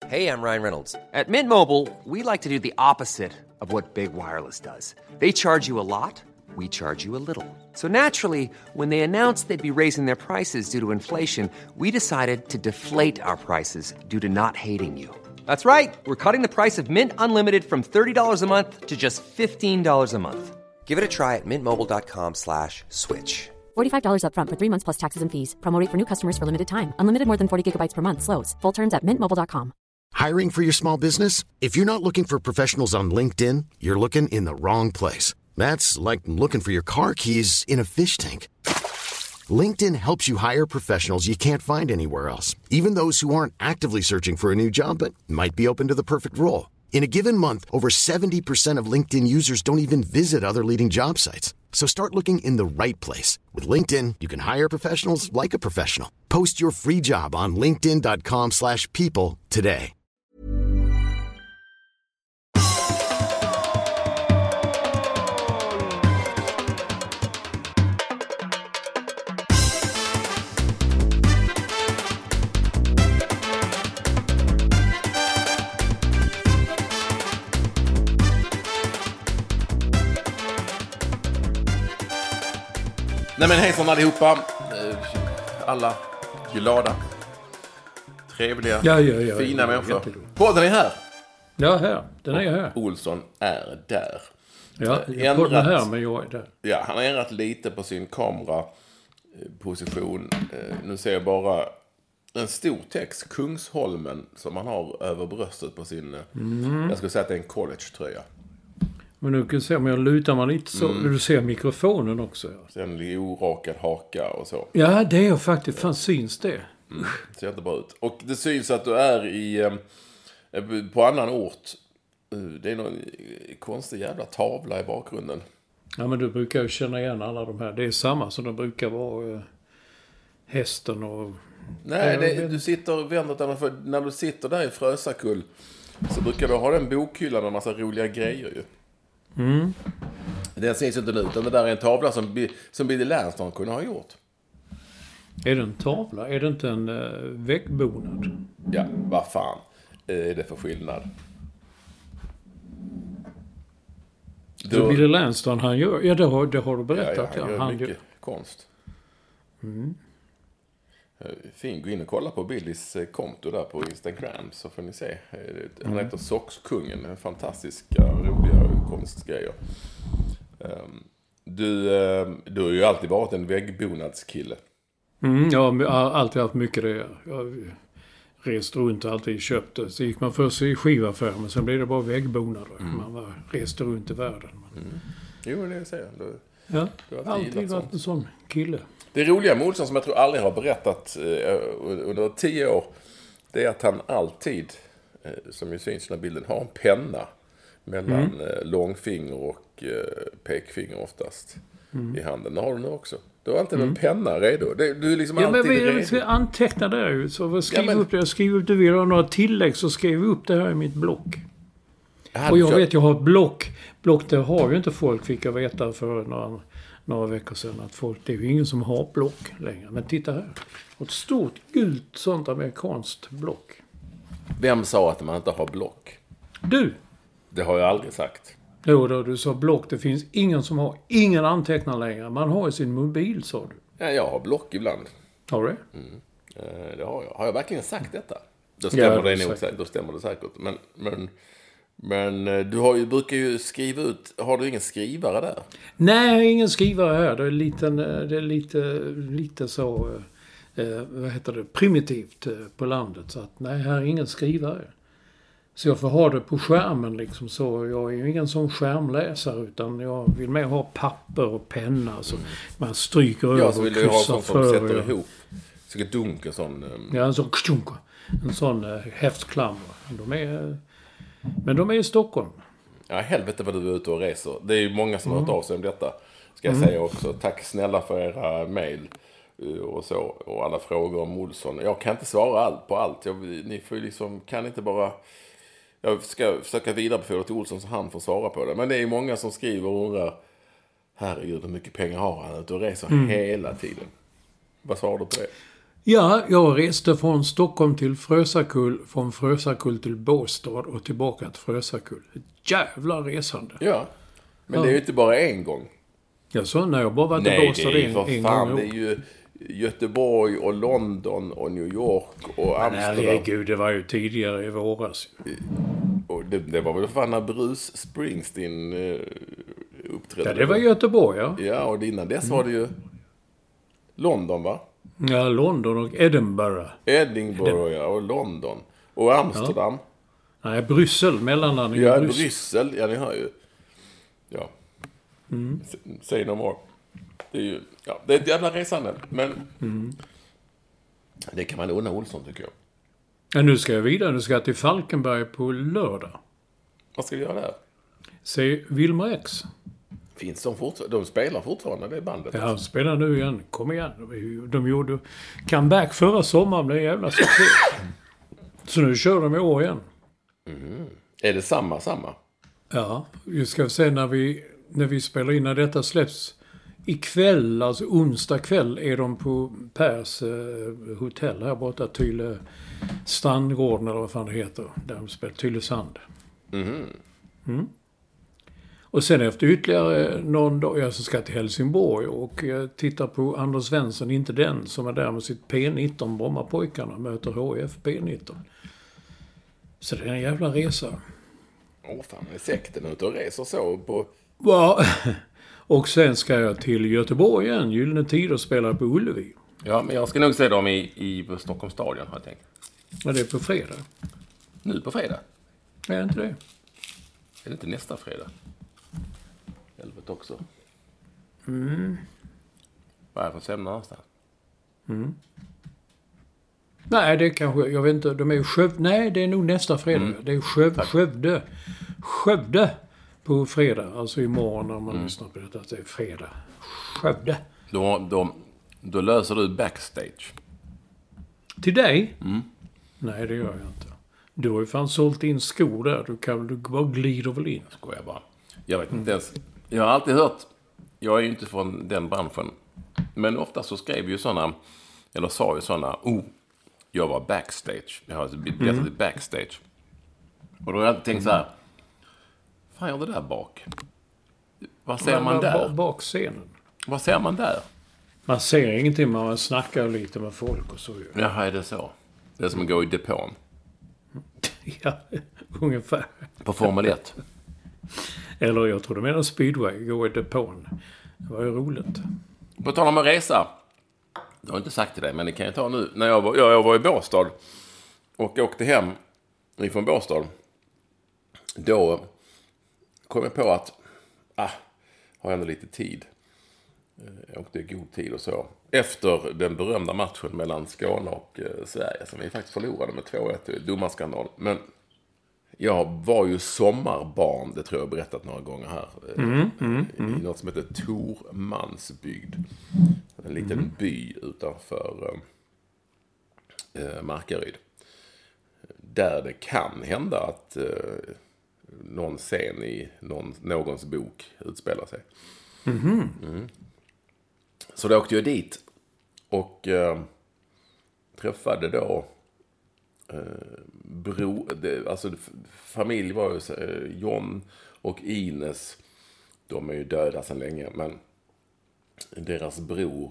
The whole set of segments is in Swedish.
Hey, I'm Ryan Reynolds. At Mint Mobile, we like to do the opposite of what Big Wireless does. They charge you a lot, we charge you a little. So naturally, when they announced they'd be raising their prices due to inflation, we decided to deflate our prices due to not hating you. That's right. We're cutting the price of Mint Unlimited from $30 a month to just $15 a month. Give it a try at mintmobile.com/switch. $45 up front for 3 months plus taxes and fees. Promo rate for new customers for limited time. Unlimited more than 40 gigabytes per month. Slows full terms at mintmobile.com. Hiring for your small business? If you're not looking for professionals on LinkedIn, you're looking in the wrong place. That's like looking for your car keys in a fish tank. LinkedIn helps you hire professionals you can't find anywhere else, even those who aren't actively searching for a new job but might be open to the perfect role. In a given month, over 70% of LinkedIn users don't even visit other leading job sites. So start looking in the right place. With LinkedIn, you can hire professionals like a professional. Post your free job on linkedin.com/people today. Nej men hejsan allihopa. Alla glada, trevliga, fina människor. Podden är här. Ja, här. Den är här. Olsson är där. Ja, podden är här men jag är där. Ja, han har ändrat lite på sin kameraposition. Nu ser jag bara en stor text, Kungsholmen, som han har över bröstet på sin... Jag skulle säga att det är en college-tröja. Men nu kan se om jag lutar man lite så. Du ser mikrofonen också. Ja. Sen orakad haka och så. Ja, det är faktiskt. Fan syns det. Ser inte bra ut. Och det syns att du är på annan ort. Det är någon konstig jävla tavla i bakgrunden. Ja, men du brukar ju känna igen alla de här. Det är samma som de brukar vara hästen och... Nej, du sitter och vänder för när du sitter där i Frösakull så brukar du ha den bokhyllan med en massa roliga grejer ju. Den syns inte nu, utan det där är en tavla som Billy Lanston kunde ha gjort. Är det en tavla? Är det inte en väggbonad? Ja, vad fan är det för skillnad? Så Billy Lanston han gör... Ja, det har du berättat. Ja, han gör mycket konst. Fin, gå in och kolla på Billys konto där på Instagram så får ni se. Han heter Sockskungen, fantastiska, roliga konstgrejer. Du har ju alltid varit en väggbonadskille. Jag har alltid haft mycket det. Jag reste runt och alltid köpte. Så gick man först i skivaffär, men sen blev det bara väggbonader. Man reste runt i världen. Jo, det säger jag. Ja, alltid varit en sån kille. Det roliga med Olsson som jag tror aldrig har berättat under 10 år, det är att han alltid, som ju syns i den här bilden, har en penna mellan långfinger och pekfinger oftast i handen. Det har du nu också. Du har inte en penna redo. Du är liksom alltid redo. Jag ska anteckna det här. Så upp det. Jag skriver upp det. Vi har några tillägg så skriver vi upp det här i mitt block. Och jag har ett block. Block det har ju inte folk, fick jag veta för några veckor sedan, att folk, det är ju ingen som har block längre. Men titta här. Ett stort gult sånt amerikanskt block. Vem sa att man inte har block? Du! Det har jag aldrig sagt. Jo då, du sa block. Det finns ingen som har ingen antecknar längre. Man har ju sin mobil, sa du. Ja, jag har block ibland. Har du det? Det har jag. Har jag verkligen sagt detta? Då stämmer det nog säkert. Då stämmer det säkert. Men du brukar ju skriva ut. Har du ingen skrivare där? Nej, ingen skrivare här. Det är lite så primitivt på landet. Så att nej, här är ingen skrivare. Så jag får ha det på skärmen liksom så. Jag är ju ingen sån skärmläsare utan jag vill mer ha papper och penna. Så man stryker över och kryssar för. Ja, så vill du ha sånt som sätter ihop. Så ett dunk, en sån... Ja, en sån ktunk. En sån häftklammer. Men de är i Stockholm. Ja, helvete vad du är ute och reser. Det är ju många som har hört av sig om detta. Ska jag säga också. Tack snälla för era mejl och så. Och alla frågor om Olsson. Jag kan inte svara på allt. Ni får liksom, kan inte bara... Jag ska försöka vidarebefordra till Olsson så han får svara på det. Men det är många som skriver och undrar, herregud hur mycket pengar har han ute och reser hela tiden. Vad svarar du på det? Ja, jag reste från Stockholm till Frösakull, från Frösakull till Båstad och tillbaka till Frösakull. Ett jävla resande. Ja, men det är ju inte bara en gång. Jag sa när jag bara varit i Båstad en gång. Nej, för fan, det är ju Göteborg och London och New York och Amsterdam. Nej, gud, det var ju tidigare i våras. Och det var väl fan när Bruce Springsteen uppträdde. Ja, det var Göteborg, ja. Ja, och innan dess var det ju London, va? Ja, London och Edinburgh. Edinburgh, ja, och London. Och Amsterdam. Ja. Nej, Bryssel, mellanlandet. Ja, Bryssel, ja, ni hör ju. Ja. Say no more. Det är ju, ja, det är ett jävla resande. Men det kan man unna Olsson, tycker jag. Ja, nu ska jag vidare. Nu ska jag till Falkenberg på lördag. Vad ska vi göra där? Se Wilmer X. Finns de fortfarande? De spelar fortfarande, det bandet. Ja, de spelar nu igen. Kom igen. De gjorde comeback förra sommaren. Det är en jävla succé. Så nu kör de i år igen. Är det samma? Ja, vi ska se när vi spelar in, när detta släpps. Ikväll, alltså onsdag kväll, är de på Pers hotell här borta, Tyle Strandgården eller vad fan det heter. Där de spelar Tylösand. Och sen efter ytterligare någon dag, jag ska till Helsingborg och titta på Anders Svensson, inte den som är där med sitt P19, Brommapojkarna, möter HF P19. Så det är en jävla resa. Fan, är sekten ute och reser så på... Ja, och sen ska jag till Göteborg igen, Gyllene Tider, och spela på Ullevi. Ja, men jag ska nog se dem i Stockholms stadion, har jag tänkt. Ja, det är på fredag. Nu på fredag? Är inte det? Är det inte nästa fredag? Helvete också. Vad är det för sämre någonstans? Nej, det kanske, jag vet inte, de är ju Skövde. Nej, det är nog nästa fredag. Det är Skövde på fredag. Alltså imorgon när man lyssnar på detta, att det är fredag. Skövde. Då löser du backstage. Till dig? Nej, det gör jag inte. Du har ju fan sålt in skor där. Du bara glider väl in. Skojar bara. Jag vet inte ens. Jag har alltid hört. Jag är ju inte från den branschen. Men ofta så skrev ju sådana. Eller sa ju sådana. Jag var backstage. Jag har biljettat till backstage. Och då har jag tänkt så här. Fan, gör det där bak? Vad ser man där? Bak scenen. Vad ser man där? Man ser ingenting, man snackar lite med folk och så. Jaha, är det så? Det är som att gå i depån. Ja, ungefär. På Formel 1. Eller jag tror du menar speedway, gå i depån. Det var ju roligt. På tal om att resa. Jag har inte sagt till dig, men det kan jag ta nu. När jag var i Båstad och åkte hem ifrån Båstad. Då kom jag på att har jag ändå lite tid. Jag åkte i god tid och så. Efter den berömda matchen mellan Skåne och Sverige, som vi faktiskt förlorade med 2-1, domarskandal. Men jag var ju sommarbarn, det tror jag berättat några gånger här. I något som heter Tormansbygd. En liten by utanför Markaryd. Där det kan hända att någon scen i någons bok utspelar sig. Så då åkte jag dit och träffade då familj var ju John och Ines. De är ju döda sedan länge, men deras bror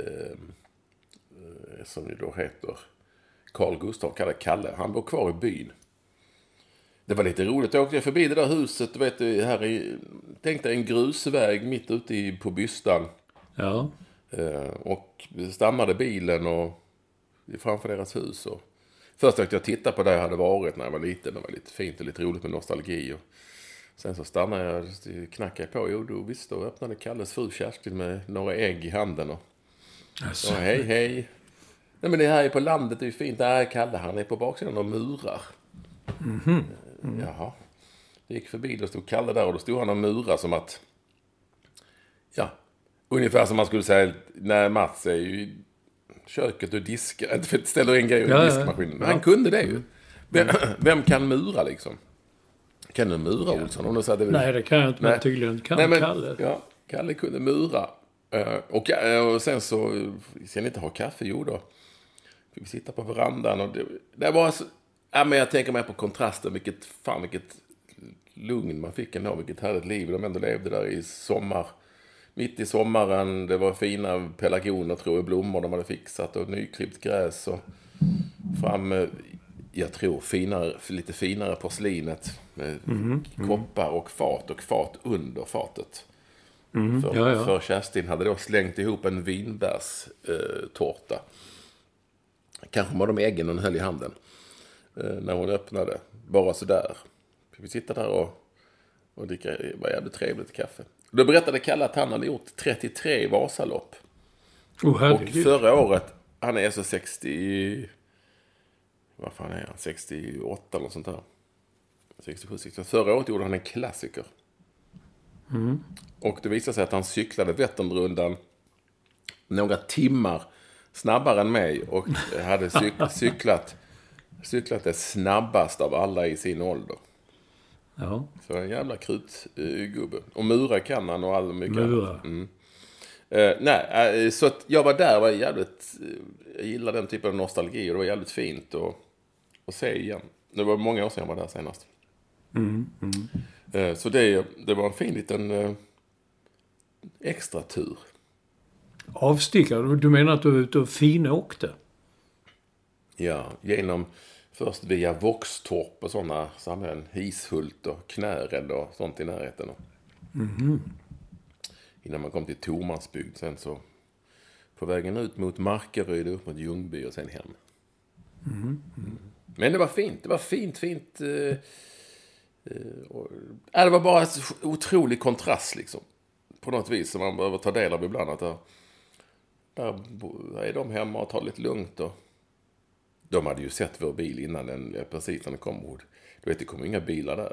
som ju då heter Carl Gustav, Kalle, han bor kvar i byn. Det var lite roligt. Jag åkte förbi det där huset, du vet, tänkte en grusväg mitt ute på Bystan. Ja. Och stammade bilen och framför deras hus. Och först åkte jag titta på det jag hade varit när jag var liten. Det var lite fint och lite roligt med nostalgi. Och sen så stannade jag och knackade på. Jo, då öppnade Kalles fru Kerstin med några ägg i handen. Och hej. Nej, men det här är på landet, det är ju fint. Där Kalle, han är på baksidan och murar. Jaha. Det gick förbi, då stod Kalle där och då stod han och murar som att... Ja, ungefär som man skulle säga, när Mats är ju i köket och diskar, inte ställer in grejer i diskmaskinen. Men han kunde det ju. Vem kan mura liksom? Kan du mura, Olsson? Nej, det kan jag inte, men tydligen kan Kalle. Ja, Kalle kunde mura. Och sen så, sen inte ha kaffe, jo då. Vi sitter på verandan och det var så... Ja, men jag tänker mer på kontrasten. Vilket lugn man fick ändå. Vilket härligt liv. De ändå levde där i sommar. Mitt i sommaren. Det var fina pelargoner, tror jag. Blommor de hade fixat. Och nyklippt gräs. Och fram, jag tror, lite finare porslinet. Med koppar och fat under fatet. För Kerstin hade då slängt ihop en vinbärstårta. Kanske var de äggen hon höll i handen. När hon öppnade. Bara sådär. Vi sitter där och dricka. Det var jävligt trevligt kaffe. Då berättade Kalle att han hade gjort 33 Vasalopp. Och förra året, han är så 60... Vad fan är han? 68 eller sånt där. 67, 60. Förra året gjorde han en klassiker. Och det visade sig att han cyklade Vätternrundan några timmar snabbare än mig. Och hade cyklat det snabbast av alla i sin ålder. Ja. Så en jävla krutgubbe. Och mura kan han och all mycket. Mura. Så att jag var där, var jävligt... Jag gillar den typen av nostalgi och det var jävligt fint att se igen. Det var många år sedan jag var där senast. Så det var en fin liten extra tur. Avstickare? Du menar att du var ute och finåkte? Ja, först via Våxtorp och sådana samhällen. Hishult och Knäred och sånt i närheten. Innan man kom till Tormansbygd. Sen så på vägen ut mot Markeryd, upp mot Ljungby och sen hem. Men det var fint. Det var fint. Det var bara en otrolig kontrast liksom. På något vis som man behöver ta del av ibland. Att där är de hemma och tar lite lugnt. Och de hade ju sett vår bil innan precis när den kom. Du vet, det kom inga bilar där.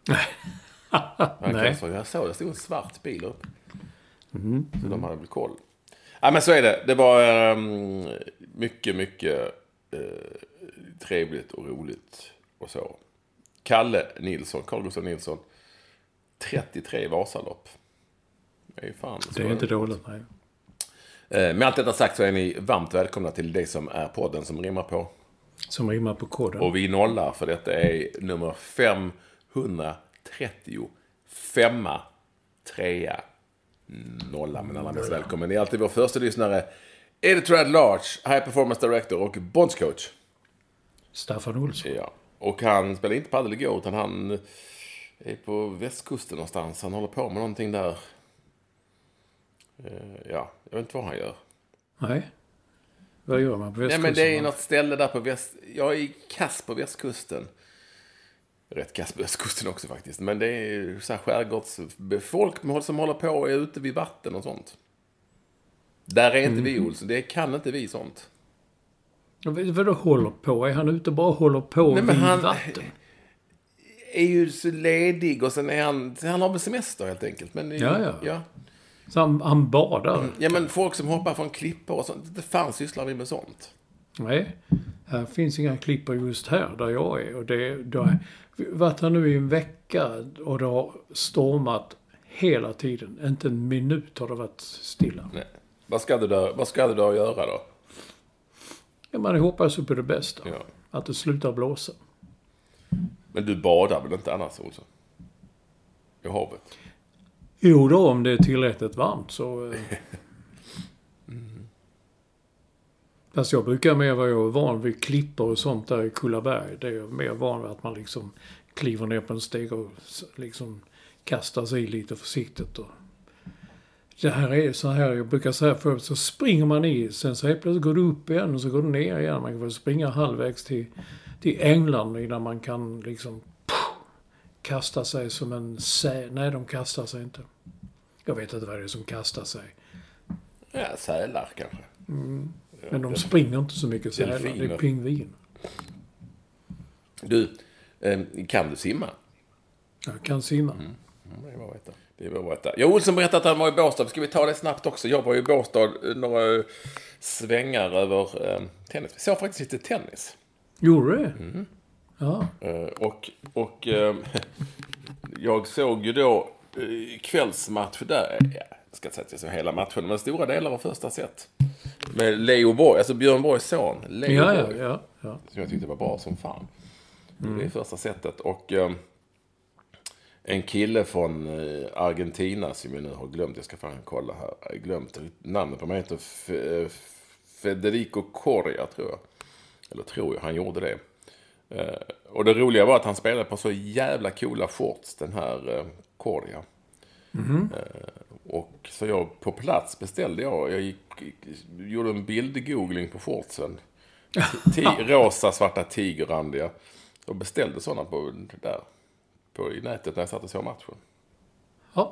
Nej. Jag såg det stod en svart bil upp. Så de hade väl koll. Ja, men så är det. Det var mycket trevligt och roligt och så. Carl Gustaf Nilsson 33 Vasalopp. Det är inte dåligt, nej. Med allt detta sagt så är ni varmt välkomna till det som är podden som rimmar på. Som rimmar på koden. Och vi nollar, för detta är nummer 535 trea nolla. Men alla mest välkommen. Ni är alltid vår första lyssnare. Editor at Large, High Performance Director och bondscoach Staffan Olsson. Ja. Och han spelar inte paddel igår, utan han är på västkusten någonstans. Han håller på med någonting där. Jag vet inte vad han gör. Nej. Vad gör man på västkusten? Nej, men det är något ställe där på Jag är kass på västkusten. Rätt kass på västkusten också faktiskt. Men det är så här skärgårdsfolk som håller på och är ute vid vatten och sånt. Där är inte vi, Olsson. Det kan inte vi sånt. Vadå håller på? Är han ute och bara håller på vid vatten? Är ju så ledig och sen är han har väl semester helt enkelt. Men ja. Så han badar? Ja, men folk som hoppar från klippor och sånt. Det fan sysslar vi med sånt. Nej, här finns inga klippor just här där jag är. Och det har varit här nu i en vecka och det har stormat hela tiden. Inte en minut har det varit stilla. Nej. Vad ska du då göra då? Ja, man hoppas på det bästa. Ja. Att det slutar blåsa. Men du badar väl inte annars också? I havet? Jo då, om det är tillräckligt varmt så... Fast jag brukar mer vara van vid klippor och sånt där i Kullaberg. Det är jag mer van vid att man liksom kliver ner på en steg och liksom kastar sig lite försiktigt. Och det här är så här, jag brukar säga förut, så springer man i. Sen så helt plötsligt går du upp igen och så går du ner igen. Man kan få springa halvvägs till England innan man kan liksom kasta sig som en Nej, de kastar sig inte. Jag vet inte vad det är som kastar sig. Ja, sälar kanske. Men de springer inte så mycket sälar. Det är pingvin. Du, kan du simma? Jag kan simma. Det var veta. Jag Olsson berättade att han var i Båstad. Ska vi ta det snabbt också? Jag var i Båstad några svängar över tennis. Vi såg faktiskt lite tennis. Gjorde det? Ja. Och jag såg ju då kvällsmatch där. Jag ska säga att jag såg hela matchen, men stora delar av första set. Med Leo Borg, alltså Björn Borgs son. Leo Borg. Ja. Som jag tyckte var bra som fan. Det är första sättet. Och en kille från Argentina som jag nu har glömt. Jag ska fan kolla här. Jag har glömt namnet på mig. Heter Federico Coria, tror jag. Eller tror jag, han gjorde det. Och det roliga var att han spelade på så jävla coola shorts, den här Coria. Och så jag på plats beställde jag gjorde en bildgoogling på shortsen. Rosa, svarta, tigerrandiga. Och beställde sådana i nätet när jag satt och såg matchen. Ja.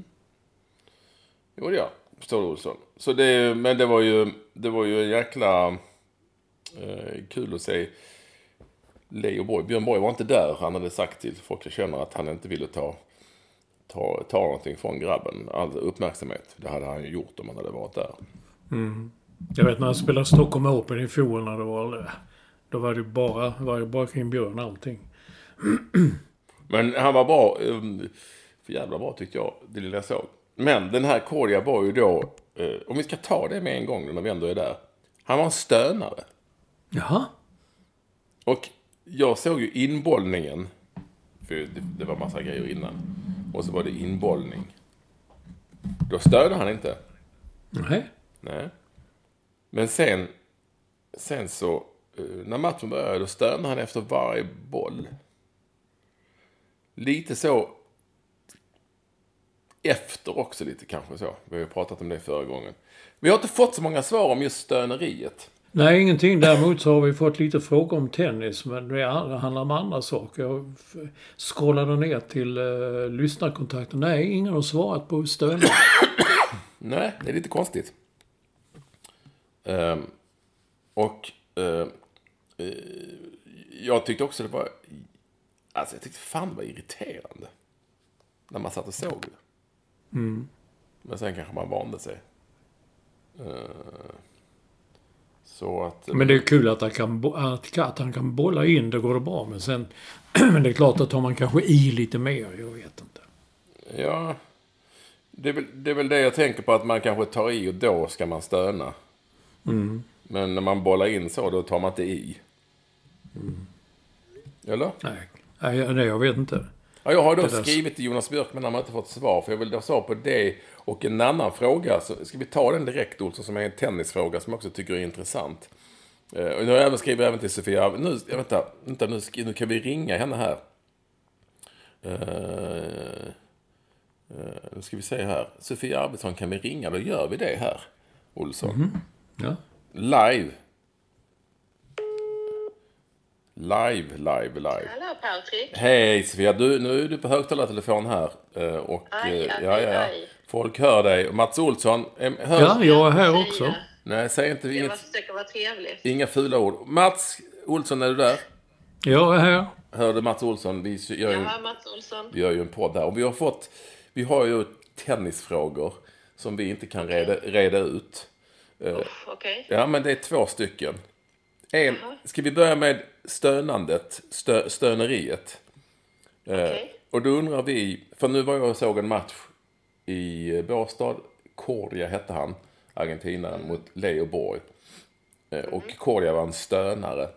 Jo, ja. Förstår du, Olsson? Så men det var ju en jäkla kul att se Leo Borg. Björn Borg var inte där. Han hade sagt till folk jag känner att han inte ville ta någonting från grabben. All uppmärksamhet. Det hade han ju gjort om han hade varit där. Jag vet när jag spelade Stockholm Open i fjol när då var det bara kring Björn allting. Men han var bra. För jävla bra tyckte jag, det lilla jag såg. Men den här Coria var ju då, om vi ska ta det med en gång när vi ändå är där. Han var en stönare. Jaha. Och jag såg ju inbollningen. För det var massa grejer innan. Och så var det inbollning. Då stönade han inte. Nej. Men sen så, när matchen började, då stönade han efter varje boll. Lite så efter också lite kanske så. Vi har ju pratat om det förra gången. Vi har inte fått så många svar om just stöneriet. Nej, ingenting. Däremot så har vi fått lite frågor om tennis. Men det handlar om andra saker. Jag scrollade ner till lyssnarkontakter. Nej, ingen har svarat på stönet. Nej, det är lite konstigt. Jag tyckte också det var... Alltså jag tyckte fan det var irriterande. När man satt och såg det. Men sen kanske man vande sig. Så att... Men det är kul att han kan bolla in. Det går det bra. Men sen... men det är klart att tar man kanske i lite mer. Jag vet inte. Ja... Det är väl det jag tänker på, att man kanske tar i och då ska man stöna. Men när man bollar in så, då tar man inte i. Eller? Nej, jag vet inte. Ja, jag har då skrivit till Jonas Björk, men han har inte fått svar. För jag vill ha svar på det och en annan fråga. Så ska vi ta den direkt, Olsson, som är en tennisfråga som jag också tycker är intressant. Och nu har jag även skrivit till Sofia. Nu kan vi ringa henne här. Nu ska vi se här. Sofia Arvidsson, kan vi ringa? Då gör vi det här, Olsson. Ja. Live. Hallå, Patrik. Hej Sofia, nu är du på högtalartelefon här. Aj. Folk hör dig. Mats Olsson, hör... Ja, jag är här också. Nej, säg inte... Jag försöker vara trevlig. Inga fula ord. Mats Olsson, är du där? Jag är här. Hörde Mats Olsson? Mats Olsson. Vi gör ju en podd där. Och vi har ju tennisfrågor som vi inte kan reda ut. Okej. Ja, men det är 2 stycken. Ska vi börja med stöneriet? Och då undrar vi, för nu var jag och såg en match i Båstad. Coria hette han, Argentina, mot Leo Borg. Och Coria var en stönare.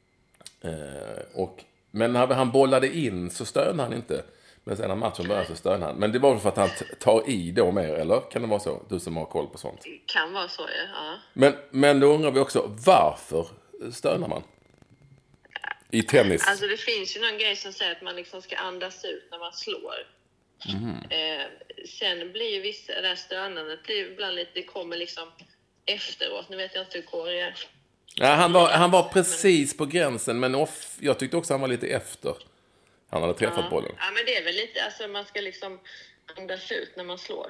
Men när han bollade in så stönade han inte. Men sen när matchen började så stönade han. Men det var för att han tar i då mer, eller? Kan det vara så? Du som har koll på sånt. Det kan vara så, ja. Men då undrar vi också, varför stönar man? I tennis. Alltså det finns ju någon grej som säger att man liksom ska andas ut när man slår. Sen blir ju vissa, det här stönandet blir ibland lite, det kommer liksom efteråt. Nu vet jag inte hur Coria är. Ja, han var precis på gränsen, men jag tyckte också han var lite efter. Han hade träffat bollen. Ja, men det är väl lite, alltså man ska liksom andas ut när man slår.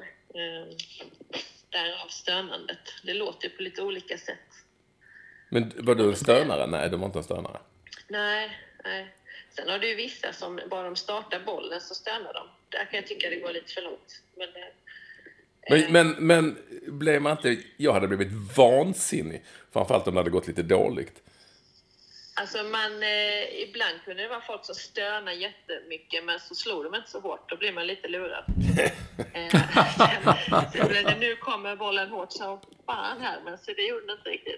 Därav stönandet. Det låter ju på lite olika sätt. Men var du en stönare? Nej, du var inte en stönare. Nej. Sen har du ju vissa som bara de startar bollen så stönar de. Där kan jag tycka det går lite för långt. Men blev man inte... Jag hade blivit vansinnig. Framförallt om det hade gått lite dåligt. Alltså ibland kunde det vara folk som stönar jättemycket, men så slår de inte så hårt. Då blir man lite lurad. Nu kommer bollen hårt så fan här, men så det gjorde det inte riktigt.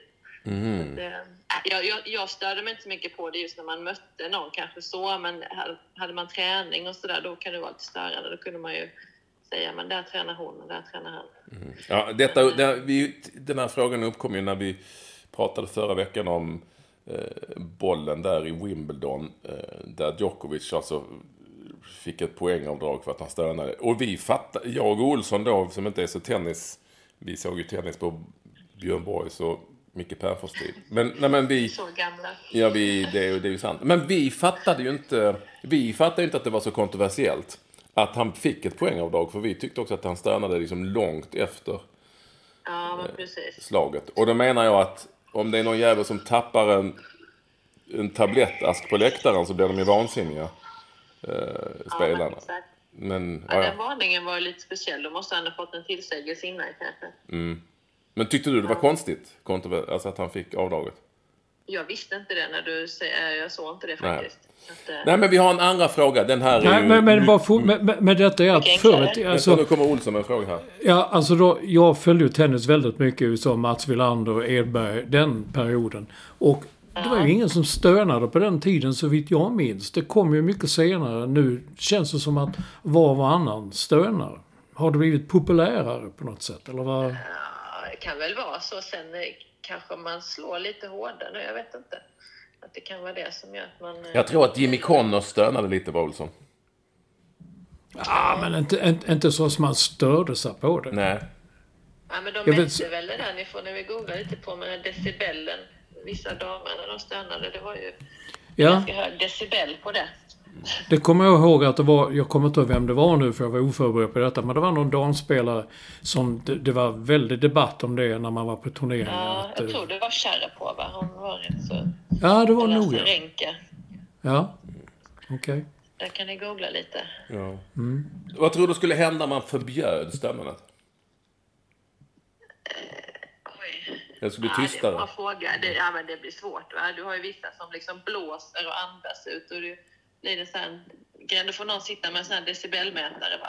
Jag störde mig inte så mycket på det just när man mötte någon kanske så, men hade man träning och sådär, då kan det vara lite störande. Då kunde man ju säga, men där tränar hon och där tränar han. Ja, den här frågan uppkom ju när vi pratade förra veckan om bollen där i Wimbledon, där Djokovic alltså fick ett poängavdrag för att han stönade. Och jag och Olsson då, som inte är så tennis, vi såg ju tennis på Björn Borgs och Micke Perfors tid. Men vi så gamla. Ja, det är ju sant. Men vi fattade ju inte att det var så kontroversiellt att han fick ett poängavdrag, för vi tyckte också att han stönade liksom långt efter slaget. Och då menar jag att om det är någon jävel som tappar en tablettask på läktaren, så blir de ju vansinniga, spelarna. Ja, men den varningen var ju lite speciell. Då måste han ha fått en tillsägelse innan kanske. Men tyckte du det var konstigt alltså att han fick avdraget? Jag visste inte det när du säger. Jag såg inte det faktiskt. Nej, men vi har en andra fråga. Den här är ju... men detta är att förut... Alltså, nu kommer Olsson med en fråga här. Ja, alltså då, jag följde ju tennis väldigt mycket som Mats Wilander och Edberg den perioden. Och det var ju ingen som stönade på den tiden, så vitt jag minns. Det kom ju mycket senare. Nu känns det som att var och annan stönar. Har det blivit populärare på något sätt? Eller vad? Ja, det kan väl vara så. Sen kanske man slår lite hårdare. Jag vet inte. Att det kan vara det som gör att man... Jag tror att Jimmy Connor stönade lite på Olsson. Ja, men inte så som man störde sig på det. Nej. Ja, men de mätte väl det där. Ni får när vi googlar lite på med decibellen. Vissa damer när de stönade. Det var ju ganska hög decibel på det. Det kommer jag ihåg att det var, jag kommer inte ihåg vem det var nu för jag var oförberedd på detta, men det var någon damspelare som, det var väldigt debatt om det när man var på turneringen. Ja, jag tror det var Sharapova, hon var rätt så... Ja, det var nog. Ja, okej. Där kan ni googla lite. Ja. Vad tror du skulle hända om man förbjöd stönandet? Jag skulle bli tystare. Det är en fråga. Men det blir svårt. Va? Du har ju vissa som liksom blåser och andas ut. Och det blir det så här... Du får någon sitta med en sån här decibelmätare.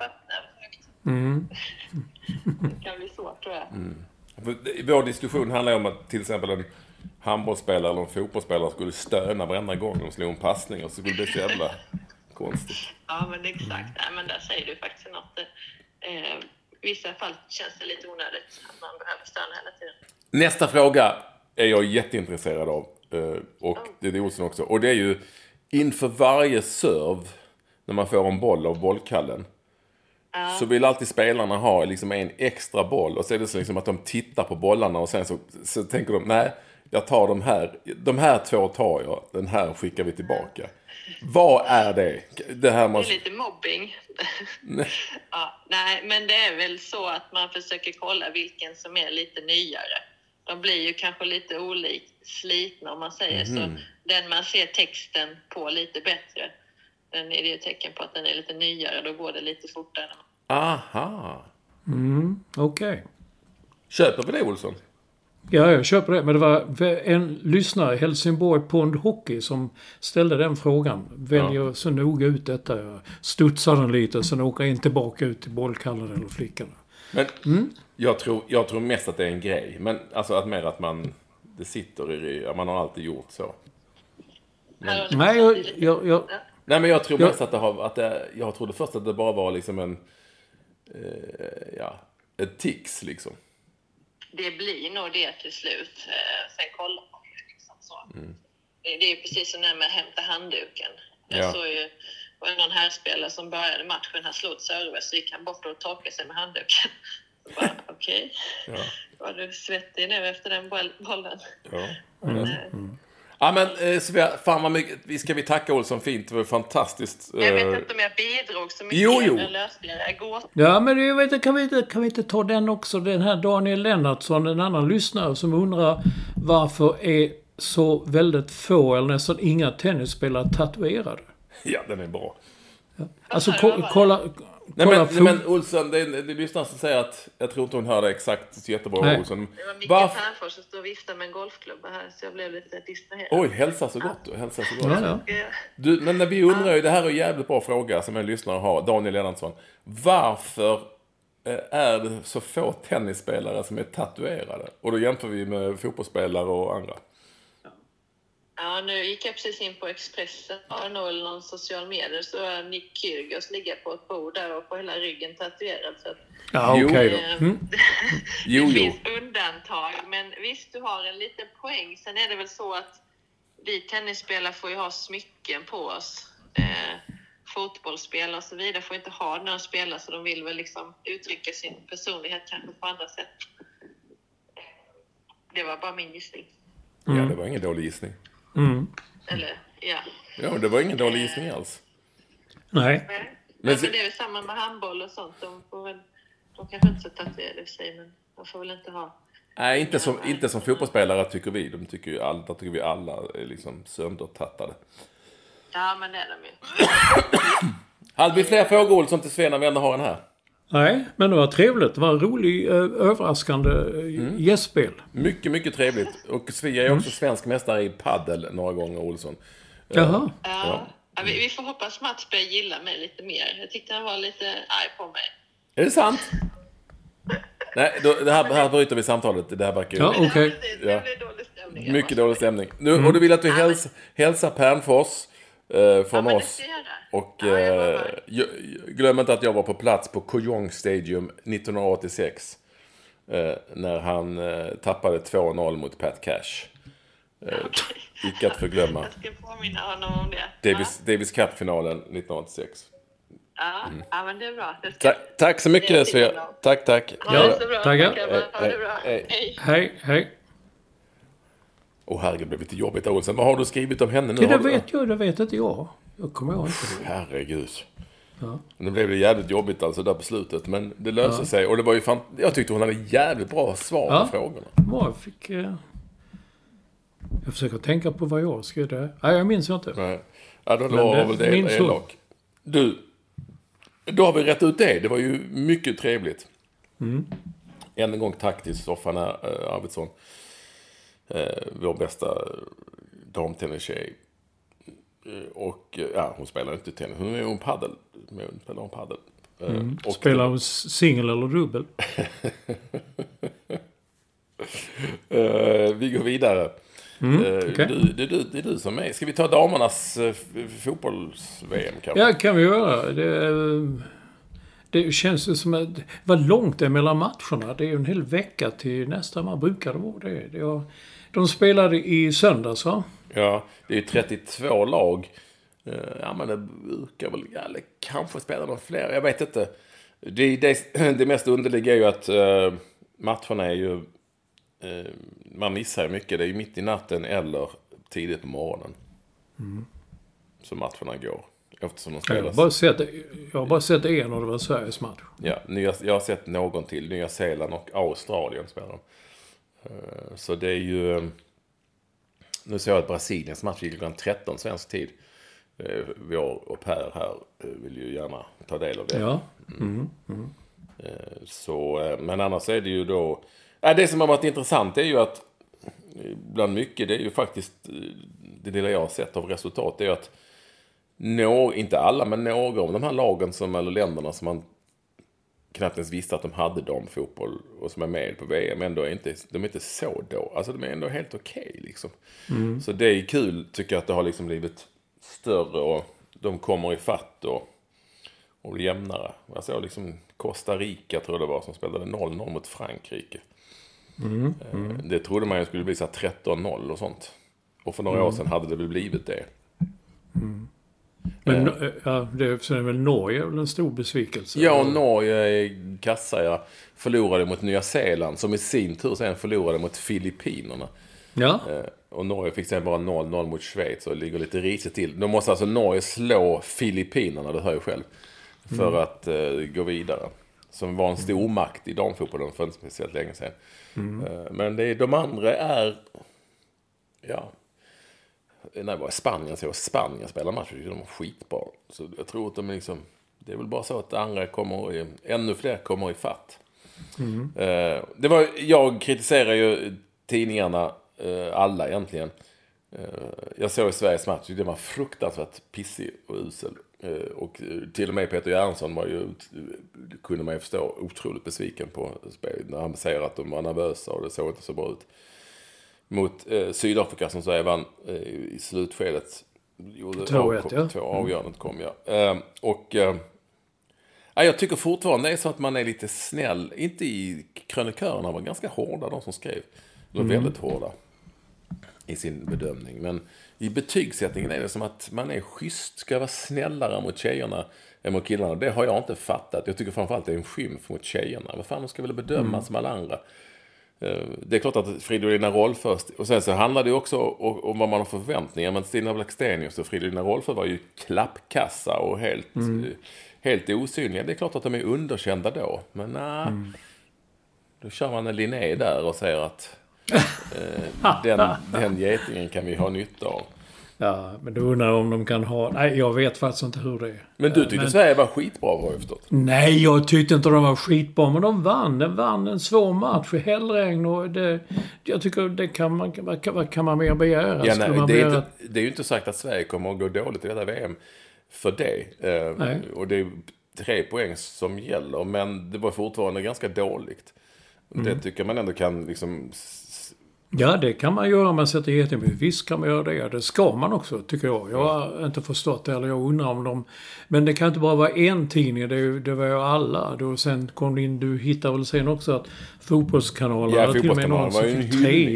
Det kan bli svårt, tror jag. Vår diskussion handlar om att till exempel en handbollsspelare eller en fotbollsspelare skulle stöna varenda gång de slog en passning. Och så skulle det bli så jävla konstigt. Ja, men exakt. Ja, men där säger du faktiskt något. I vissa fall känns det lite onödigt att man behöver stöna hela tiden. Nästa fråga är jag jätteintresserad av. Och det är Olsson också. Och det är ju inför varje serve när man får en boll av bollkallen. Så vill alltid spelarna ha liksom en extra boll. Och så är det så liksom att de tittar på bollarna. Och sen så tänker de, nej, jag tar de här. De här två tar jag. Den här skickar vi tillbaka. Vad är det? Det är lite mobbing. Nej, men det är väl så att man försöker kolla vilken som är lite nyare. De blir ju kanske lite olikt slitna om man säger så. Den man ser texten på lite bättre, den är det ju tecken på att den är lite nyare. Då går det lite fortare. Aha. Okej. Köper vi det, Olsson? Ja, jag köper det. Men det var en lyssnare i Helsingborg Pond Hockey som ställde den frågan. Väljer så noga ut detta. Jag studsar den lite, sen åker in tillbaka ut till bollkallen eller flickorna. Men jag tror mest att det är en grej. Men alltså att mer att det sitter i, man har alltid gjort så. Men, nej, men jag tror mest jag trodde först att det bara var liksom ett tics liksom. Det blir nog det till slut. Sen kollar man ju liksom så. Det är ju precis som det med att hämta handduken. Jag såg ju någon härspelare som började matchen, han slog ett serve, så gick han bort och torkade sig med handduken. Okej. Var du svettig nu efter den bollen? Ja, men Svea, fan vad mycket. Vi tacka Olsson fint. Det var fantastiskt. Jag vet inte om jag bidrog så mycket. Ja, men jag vet, kan vi inte ta den också? Den här Daniel Lennartsson, en annan lyssnare som undrar varför är så väldigt få eller nästan inga tennisspelare tatuerade? Ja, den är bra. Alltså kolla... Nej men Olsson, det är lyssnaren som säger att jag tror inte hon hörde exakt så jättebra. Nej. Olsson. Det var Micke Pärnfors som stod och viftade med en golfklubba här, så jag blev lite distraherad. Oj, hälsa så gott. Ja. Du, men när vi undrar ju, det här är en jävligt bra fråga som en lyssnare har, Daniel Lennartsson. Varför är det så få tennisspelare som är tatuerade? Och då jämför vi med fotbollsspelare och andra. Ja, nu gick jag precis in på Expressen och någon social medier, så är Nick Kyrgios ligger på ett bord där och på hela ryggen tatuerad. Så att, ja, okej då. Det finns undantag, men visst, du har en liten poäng. Sen är det väl så att vi tennisspelare får ju ha smycken på oss. Fotbollsspelare och så vidare får inte ha några spelare, så de vill väl liksom uttrycka sin personlighet kanske på andra sätt. Det var bara min gissning. Ja, det var ingen dålig gissning. Eller, ja. Ja, det var ingen dålig gissning alls. Nej. Men det är väl samma med handboll och sånt. De kanske inte så tatuerade i sig, men de får väl inte ha... Nej, inte som fotbollsspelare tycker vi. De tycker ju alla, tycker vi alla är liksom söndertattade. Ja, men det är de ju. Hade vi fler frågor, Olsson, till Sven när vi ändå har den här? Nej, men det var trevligt. Det var en rolig, överraskande gästspel. Mycket, mycket trevligt. Och Svi är också svensk mästare i paddel några gånger, Olsson. Jaha. Ja. Vi får hoppas Mats börjar gilla mig lite mer. Jag tyckte han var lite arg på mig. Är det sant? Nej, det här bryter vi samtalet. Det här verkar ju... Ja, okej. Det blir dålig stämning. Mycket dålig stämning. Nu, och du vill att vi hälsar Pärnfors från oss. Och glöm inte att jag var på plats på Kojong Stadium 1986. När han tappade 2-0 mot Pat Cash. Icke att förglömma. Jag ska påminna honom om det. Davis Cup-finalen 1986. Ja, men det är bra. Tack så mycket, Svea. Tack. Ja, så bra. Tackar. Ha det bra. Hej. Herregud, det blev lite jobbigt, Olsson. Vad har du skrivit om henne nu? Det vet inte jag. Jag kommer ihåg inte. Herregud. Ja. Nu blev det jävligt jobbigt alltså där på slutet. Men det löste sig. Och det var ju jag tyckte hon hade jävligt bra svar på frågorna. Jag försöker tänka på vad jag skrev där. Nej, jag minns inte. Nej. Ja, då var väl det elak. Du, då har vi rätt ut det. Det var ju mycket trevligt. Än en gång tack till Soffan Arvidsson. Vår bästa damtennistjej. Och hon spelar inte tennis. Hon är ju en paddel. Hon spelar en paddel. Spelar hon singel eller dubbel? Vi går vidare. Okay. Det är du som är. Ska vi ta damernas fotbolls-VM kanske? Ja, kan vi göra. Det känns ju som att... Vad långt det är mellan matcherna. Det är ju en hel vecka till nästa. Man brukar det vara det. De spelade i söndags, va? Ja, det är 32 lag. Ja, men det brukar väl... Eller kanske spelar de fler. Jag vet inte. Det mest underliga är ju att matcherna är ju... man missar mycket. Det är ju mitt i natten eller tidigt på morgonen. Så matcherna går. Eftersom de spelas. Jag har bara sett en och det var Sveriges match. Ja, jag har sett någon till. Nya Zeeland och Australien spelar de. Så det är ju... Nu ser jag att Brasiliens match gick klockan 13 svensk tid. Vår och Per här vill ju gärna ta del av det. Ja. Så, men annars är det ju då... Det som har varit intressant är ju att bland mycket, det är ju faktiskt det lilla jag har sett av resultat, är att inte alla, men några av de här lagen eller länderna som man knappt ens visste att de hade damfotboll och som är med på VM, ändå är de är inte så då. Alltså de är ändå helt okej liksom. Så det är kul, tycker jag, att det har liksom blivit större och de kommer i fatt och blir jämnare. Alltså liksom Costa Rica tror jag det var som spelade 0-0 mot Frankrike. Det trodde man ju skulle bli så 13-0 och sånt. Och för några år sedan hade det väl blivit det. Men det är väl Norge är väl en stor besvikelse. Ja, Norge är kassa. Jag förlorade mot Nya Zeeland som i sin tur sen förlorade mot Filippinerna. Ja. Och Norge fick sen bara 0-0 mot Schweiz och ligger lite risigt till. Då måste alltså Norge slå Filippinerna, det hör jag själv, för att gå vidare. Som var en stor makt i damfotbollen för inte speciellt länge sedan. Men de andra är... Ja. när var Spanien spelar match, de var skitbra. Så jag tror att de liksom, det är väl bara så att ännu fler kommer i fatt. Jag kritiserar ju tidningarna, alla egentligen. Jag såg i Sveriges match, det var fruktansvärt pissig och usel. Och till och med Peter Gerhardsson var ju, kunde man ju förstå, otroligt besviken på spel när han säger att de var nervösa och det såg inte så bra ut. Mot Sydafrika som så även i slutskedet gjorde 2 avgörandet kom jag tycker fortfarande det är så att man är lite snäll, inte i krönikörerna, var ganska hårda de som skrev. De var väldigt hårda i sin bedömning, men i betygssättningen är det som att man är schysst, ska vara snällare mot tjejerna än mot killarna. Det har jag inte fattat. Jag tycker framförallt det är en skymf mot tjejerna. Vad fan, de ska väl bedöma som alla andra. Det är klart att Fridolina Rolfö, och sen så handlar det också om vad man har förväntningar, men Stina Blackstenius och Fridolina Rolfö var ju klappkassa och helt osynliga. Det är klart att de är underkända då, men då kör man en Linné där och säger att den getingen kan vi ha nytta av. Ja, men då undrar jag om de kan ha... Nej, jag vet faktiskt inte hur det är. Men du tyckte Sverige var skitbra, har jag förstått? Nej, jag tyckte inte de var skitbra, men de vann en svår match i hällregn och jag tycker det vad kan man mer begära? Ja, det är ju inte sagt att Sverige kommer att gå dåligt i detta VM för det. Och det är 3 poäng som gäller, men det var fortfarande ganska dåligt. Det tycker man ändå kan liksom... Ja, det kan man göra om man sätter getingbo. Visst kan man göra det. Det ska man också, tycker jag. Jag har inte förstått det, eller jag undrar om dem. Men det kan inte bara vara en tidning. Det var ju alla. Då sen kom det in, du hittar väl sen också att fotbollskanaler till och med någon som fick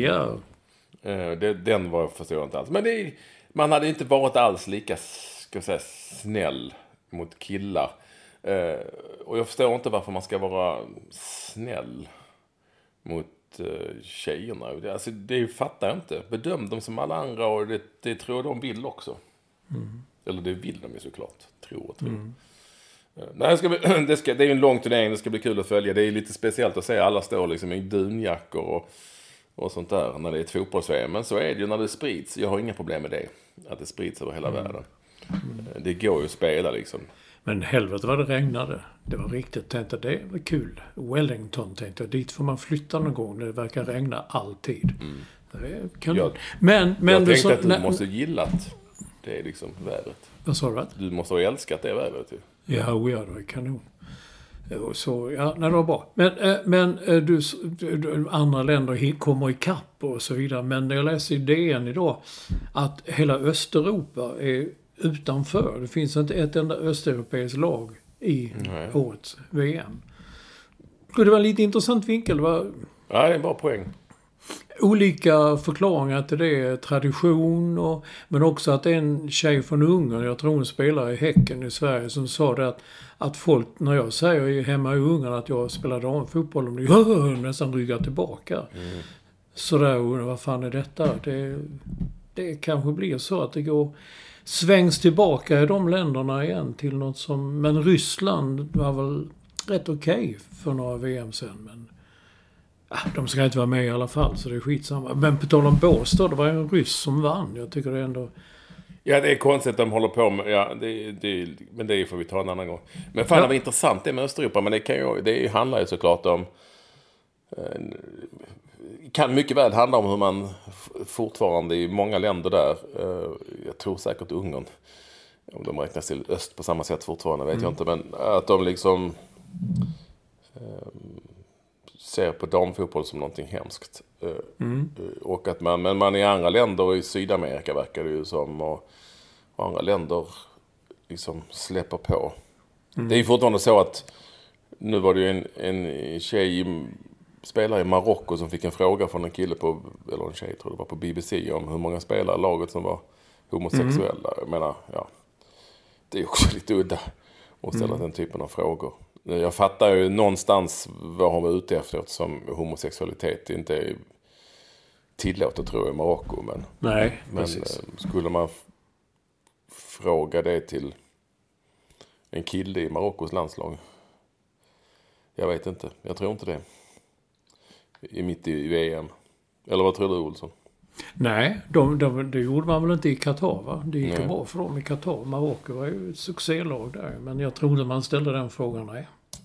3. Den förstår jag inte alls. Men man hade inte varit alls lika, ska jag säga, snäll mot killar. Och jag förstår inte varför man ska vara snäll mot tjejerna. Alltså, det fattar jag inte. Bedöm dem som alla andra, och det tror jag de vill också. Eller det vill de ju såklart. Tror. Nej, det är ju en lång turnering, det ska bli kul att följa. Det är lite speciellt att se alla står liksom i dunjackor och sånt där när det är ett fotbolls-VM. Men så är det ju när det sprids. Jag har inga problem med det. Att det sprids över hela världen. Det går ju att spela liksom. Men helvete vad det regnade. Det var riktigt, tänkte det var kul. Wellington tänkte jag, dit får man flytta någon gång. Det verkar regna alltid. Men jag tänkte att du måste gilla att det är liksom vädret. Vad sa du? Du måste ha älskat det vädret. Ja, det är kanon. Så, ja, det var bra. Men du, andra länder kommer i kapp och så vidare. Men jag läser i DN idag att hela Östeuropa är utanför. Det finns inte ett enda östeuropeiskt lag i årets VM. Det var en lite intressant vinkel. Ja, det är en bra poäng. Olika förklaringar till det. Tradition men också att en tjej från Ungern, jag tror hon spelar i Häcken i Sverige, som sa det att folk, när jag säger hemma i Ungern att jag spelar damfotboll, de nästan ryggar tillbaka. Så där, vad fan är detta? Det kanske blir så att det går svängs tillbaka i de länderna igen till något som... Men Ryssland var väl rätt okej för några VM sen, men de ska inte vara med i alla fall, så det är skitsamma. Men på tal om Båstad, det var en ryss som vann. Jag tycker det ändå... Ja, det är konstigt att de håller på med... Ja, men det får vi ta en annan gång. Men fan, det var intressant det med Östeuropa, men det handlar ju såklart om... kan mycket väl handla om hur man fortfarande i många länder där, jag tror säkert Ungern, om de räknas till öst på samma sätt fortfarande vet jag inte, men att de liksom ser på damfotboll som någonting hemskt. Och att man i andra länder i Sydamerika verkar det ju som, och andra länder liksom släpper på. Det är ju fortfarande så att nu var det ju en tjej spelare i Marocko som fick en fråga från en kille eller en tjej tror det var på BBC om hur många spelare i laget som var homosexuella. Jag menar, det är också lite udda att ställa den typen av frågor. Jag fattar ju någonstans vad hon var ute efter, som homosexualitet inte är tillåtet tror jag i Marocko. Men skulle man fråga det till en kille i Marockos landslag? Jag vet inte. Jag tror inte det. Mitt i VM. Eller vad tror du, Olsson? Nej, det gjorde man väl inte i Qatar, va? Det gick ju bra för dem i Qatar. Marocko var ju ett succélag där. Men jag tror inte man ställde den frågan, nej.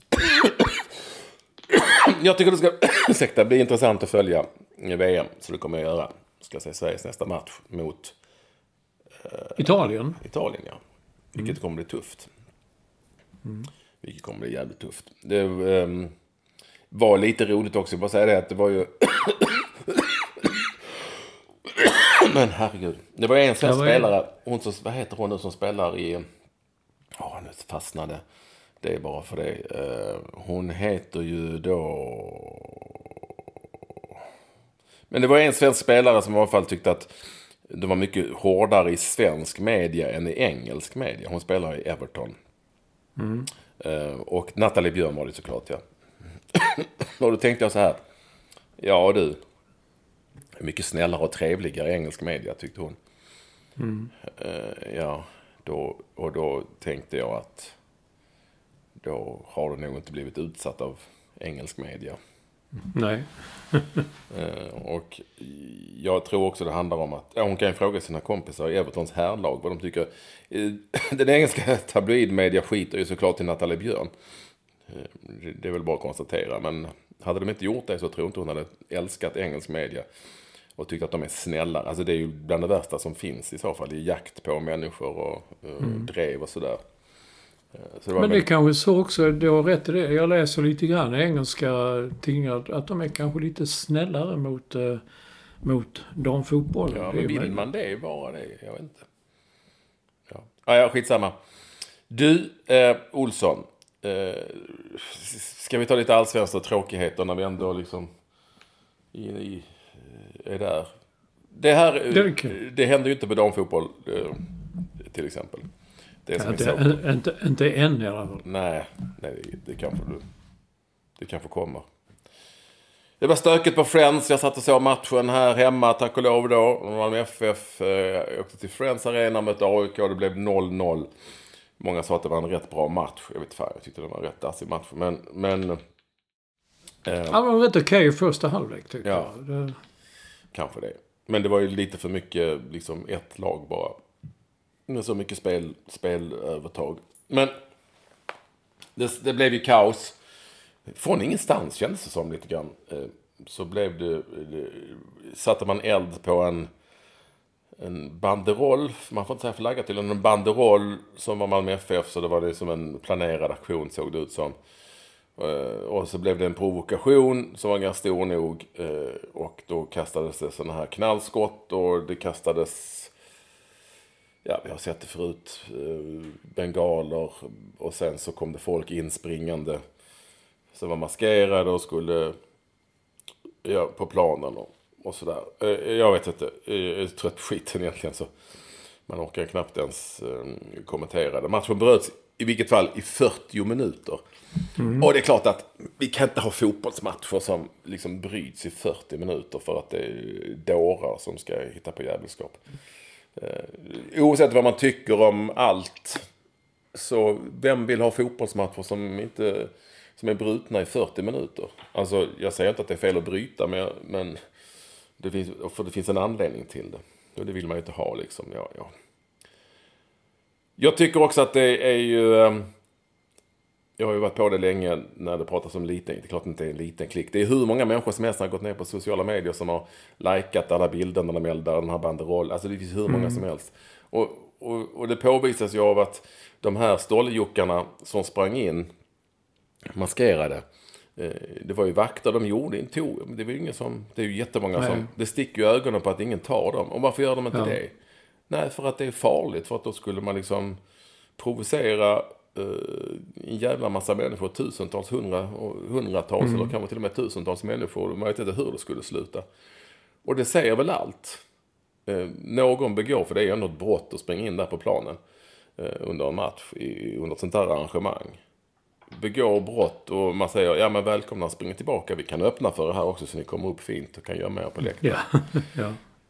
Jag tycker det ska bli intressant att följa VM. Så det kommer jag göra. Ska se Sveriges nästa match mot Italien, ja. Vilket kommer bli tufft. Vilket kommer bli jävligt tufft. Det var lite roligt också. Bara säga det att det var ju... Men herregud. Det var en svensk spelare. Vad heter hon nu som spelar i... nu fastnade. Det är bara för det. Hon heter ju då... Men det var en svensk spelare som i alla fall tyckte att det var mycket hårdare i svensk media än i engelsk media. Hon spelar i Everton. Och Nathalie Björn var det såklart, ja. Och då tänkte jag så här. Ja, du. Mycket snällare och trevligare i engelsk media, tyckte hon. Då tänkte jag att då har du nog inte blivit utsatt av engelsk media. Nej. Och jag tror också det handlar om att hon kan fråga sina kompisar i Evertons herrlag vad de tycker. Den engelska tabloidmedia skiter ju såklart till Nathalie Björn. Det är väl bara att konstatera. Men hade de inte gjort det så tror jag inte hon hade älskat engelsk media och tyckt att de är snälla. Alltså det är ju bland det värsta som finns i så fall. Det är jakt på människor och drev och sådär. Men det är kanske så också, du har rätt i det. Jag läser lite grann i engelska tidningar att de är kanske lite snällare mot damfotboll. Ja, men vill man det vara det? Jag vet inte. Ja, skitsamma. Du, Olsson. Ska vi ta lite allsvenska tråkigheter när vi ändå liksom är där? Det händer ju inte med damfotboll till exempel. Inte än i alla fall. Nej, det kanske kommer. Det var stökigt på Friends. Jag satt och såg matchen här hemma, tack och lov då. Malmö FF åkte till Friends Arena med ett AIK och det blev 0-0. Många sa att det var en rätt bra match. Jag tyckte det var en rätt dassig match. Men det var rätt okej i första halvlek, tyckte jag. Kanske det. Men det var ju lite för mycket liksom ett lag bara. Med så mycket spelövertag. Men det blev ju kaos. Från ingenstans kändes det som lite grann. Så blev det satte man eld på en banderoll. Man får inte säga flagga till. En banderoll som var Malmö FF. Så det var det som en planerad aktion, såg det ut som. Och så blev det en provokation som var ganska stor nog. Och då kastades det sådana här knallskott. Och det kastades... Ja, vi har sett det förut. Bengaler. Och sen så kom det folk inspringande. Som var maskerade och skulle på planen och sådär. Jag vet inte. Jag är trött på skiten egentligen. Så man orkar knappt ens kommentera det. Matchen bröts i vilket fall i 40 minuter. Och det är klart att vi kan inte ha fotbollsmatcher som liksom bryts i 40 minuter. För att det är dårar som ska hitta på jävelskap. Oavsett vad man tycker om allt, så vem vill ha fotbollsmatcher som är brutna i 40 minuter? Alltså, jag säger inte att det är fel att bryta, men det finns en anledning till det. Och det vill man ju inte ha liksom. Ja. Jag tycker också att det är ju... Jag har ju varit på det länge när det pratas om liten. Det är klart det inte är en liten klick. Det är hur många människor som helst har gått ner på sociala medier som har likat alla bilder när de eldar den här banderoll. Alltså det finns hur många som helst. Och det påvisas ju av att de här stålljockarna som sprang in maskerade. Det var ju vakter de gjorde inte. Det var ju ingen som... Det är ju jättemånga som... Det sticker ju ögonen på att ingen tar dem. Och varför gör de inte det? Nej, för att det är farligt. För att då skulle man liksom provocera... en jävla massa människor, tusentals, hundratals eller kanske till och med tusentals människor. Man vet inte hur det skulle sluta. Och det säger väl allt. Någon begår, för det är ändå ett brott att springa in där på planen under en match, under ett sånt här arrangemang. Begår brott och man säger, ja men välkomna, springa tillbaka. Vi kan öppna för det här också så ni kommer upp fint och kan göra mer på läktaren. Ja.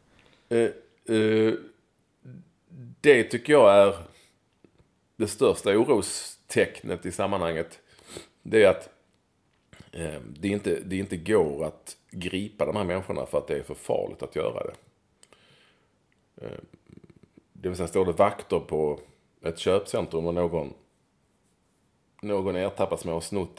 Det tycker jag är det största orostecknet i sammanhanget. Det är att det inte går att gripa de här människorna för att det är för farligt att göra det. Det vill säga står det vakter på ett köpcentrum och någon ertappas med att ha snott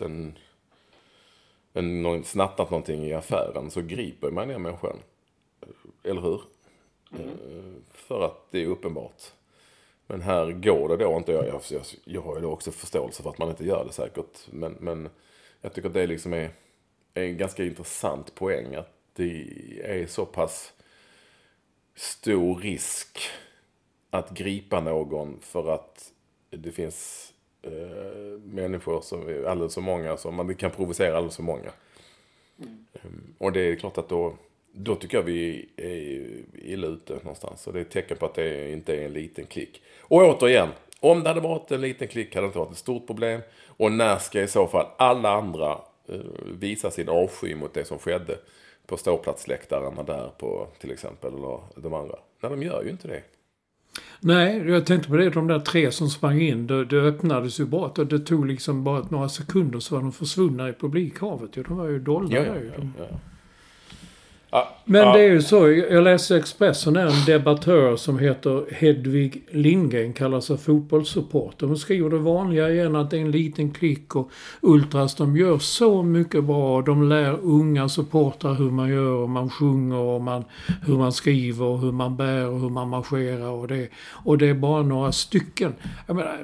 snattat någonting i affären, så griper man ner människan. Eller hur? För att det är uppenbart. Men här går det då inte. Jag har ju då också förståelse för att man inte gör det säkert. Men jag tycker att det liksom är en ganska intressant poäng. Att det är så pass stor risk att gripa någon för att det finns människor som är alldeles för många, som man kan provocera alldeles för många. Och det är klart att då tycker jag vi är illa ute någonstans. Och det är ett tecken på att det inte är en liten klick. Och återigen, om det hade varit en liten klick hade det inte varit ett stort problem. Och när ska i så fall alla andra visa sin avsky mot det som skedde på ståplatsläktarna där på till exempel, eller de andra? Nej, de gör ju inte det. Nej, jag tänkte på det. De där 3 som sprang in, det öppnades ju bara. Och det tog liksom bara några sekunder så var de försvunna i publikhavet. De var ju dolda där. Men det är ju så, jag läser Expressen, är en debattör som heter Hedvig Lindgren, kallas för fotbollssupporter. Hon skriver det vanliga igen, att det är en liten klick, och Ultras, de gör så mycket bra. De lär unga supportrar hur man gör, och man sjunger, och hur man skriver, och hur man bär, och hur man marscherar, och det är bara några stycken. Jag menar,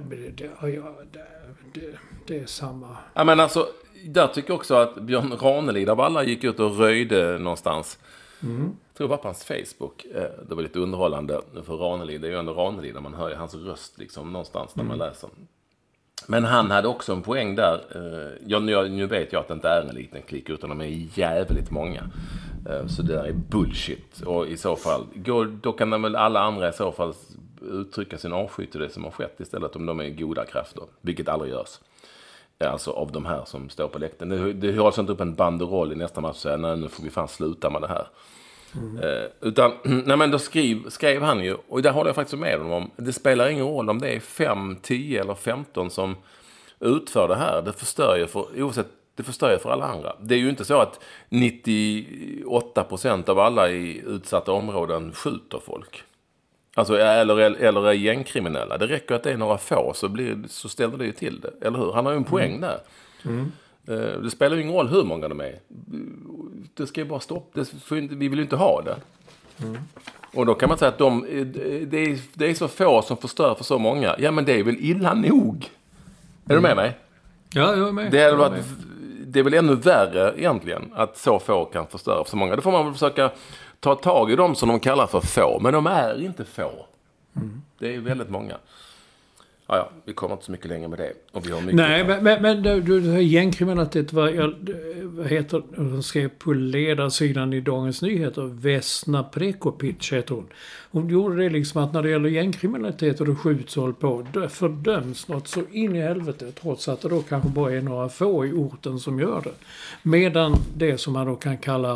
det är samma. Ja, men alltså, där tycker jag också att Björn Ranelid av alla gick ut och röjde någonstans. Jag tror det var på hans Facebook. Det var lite underhållande för Ranelid. Det är ju ändå Ranelid när man hör hans röst liksom någonstans när man läser. Men han hade också en poäng där. Nu vet jag att det inte är en liten klick, utan de är jävligt många. Så det där är bullshit. Och i så fall, då kan de väl alla andra i så fall uttrycka sin avsky till det som har skett, istället om de är goda krafter. Vilket aldrig görs. Alltså av de här som står på läkten. Det har alltså inte upp en banderoll i nästa match och säger, nej, nu får vi fan sluta med det här. Nej, men då skrev han ju, och där håller jag faktiskt med om, det spelar ingen roll om det är 5, 10 eller 15 som utför det här. Det förstör ju för alla andra. Det är ju inte så att 98% av alla i utsatta områden skjuter folk. Alltså, eller är gängkriminella. Det räcker att det är några få, så ställer det ju till det. Eller hur? Han har ju en poäng där. Det spelar ju ingen roll hur många de är. Det ska ju bara stoppa. Vi vill ju inte ha det. Och då kan man säga att det är så få som förstör för så många. Ja, men det är väl illa nog. Är du med mig? Ja, jag är med. Det är väl ännu värre egentligen att så få kan förstöra för så många. Då får man väl försöka ta tag i dem som de kallar för få. Men de är inte få. Det är väldigt många. Ja, vi kommer inte så mycket längre med det. Och vi har mycket. Nej, men du gängkriminalitet, vad heter, hon skrev på ledarsidan i Dagens Nyheter, Vesna Prekopic heter hon. Hon gjorde det liksom att när det gäller gängkriminalitet och det skjuts och håll på, det fördöms något så in i helvete, trots att det då kanske bara är några få i orten som gör det. Medan det som man då kan kalla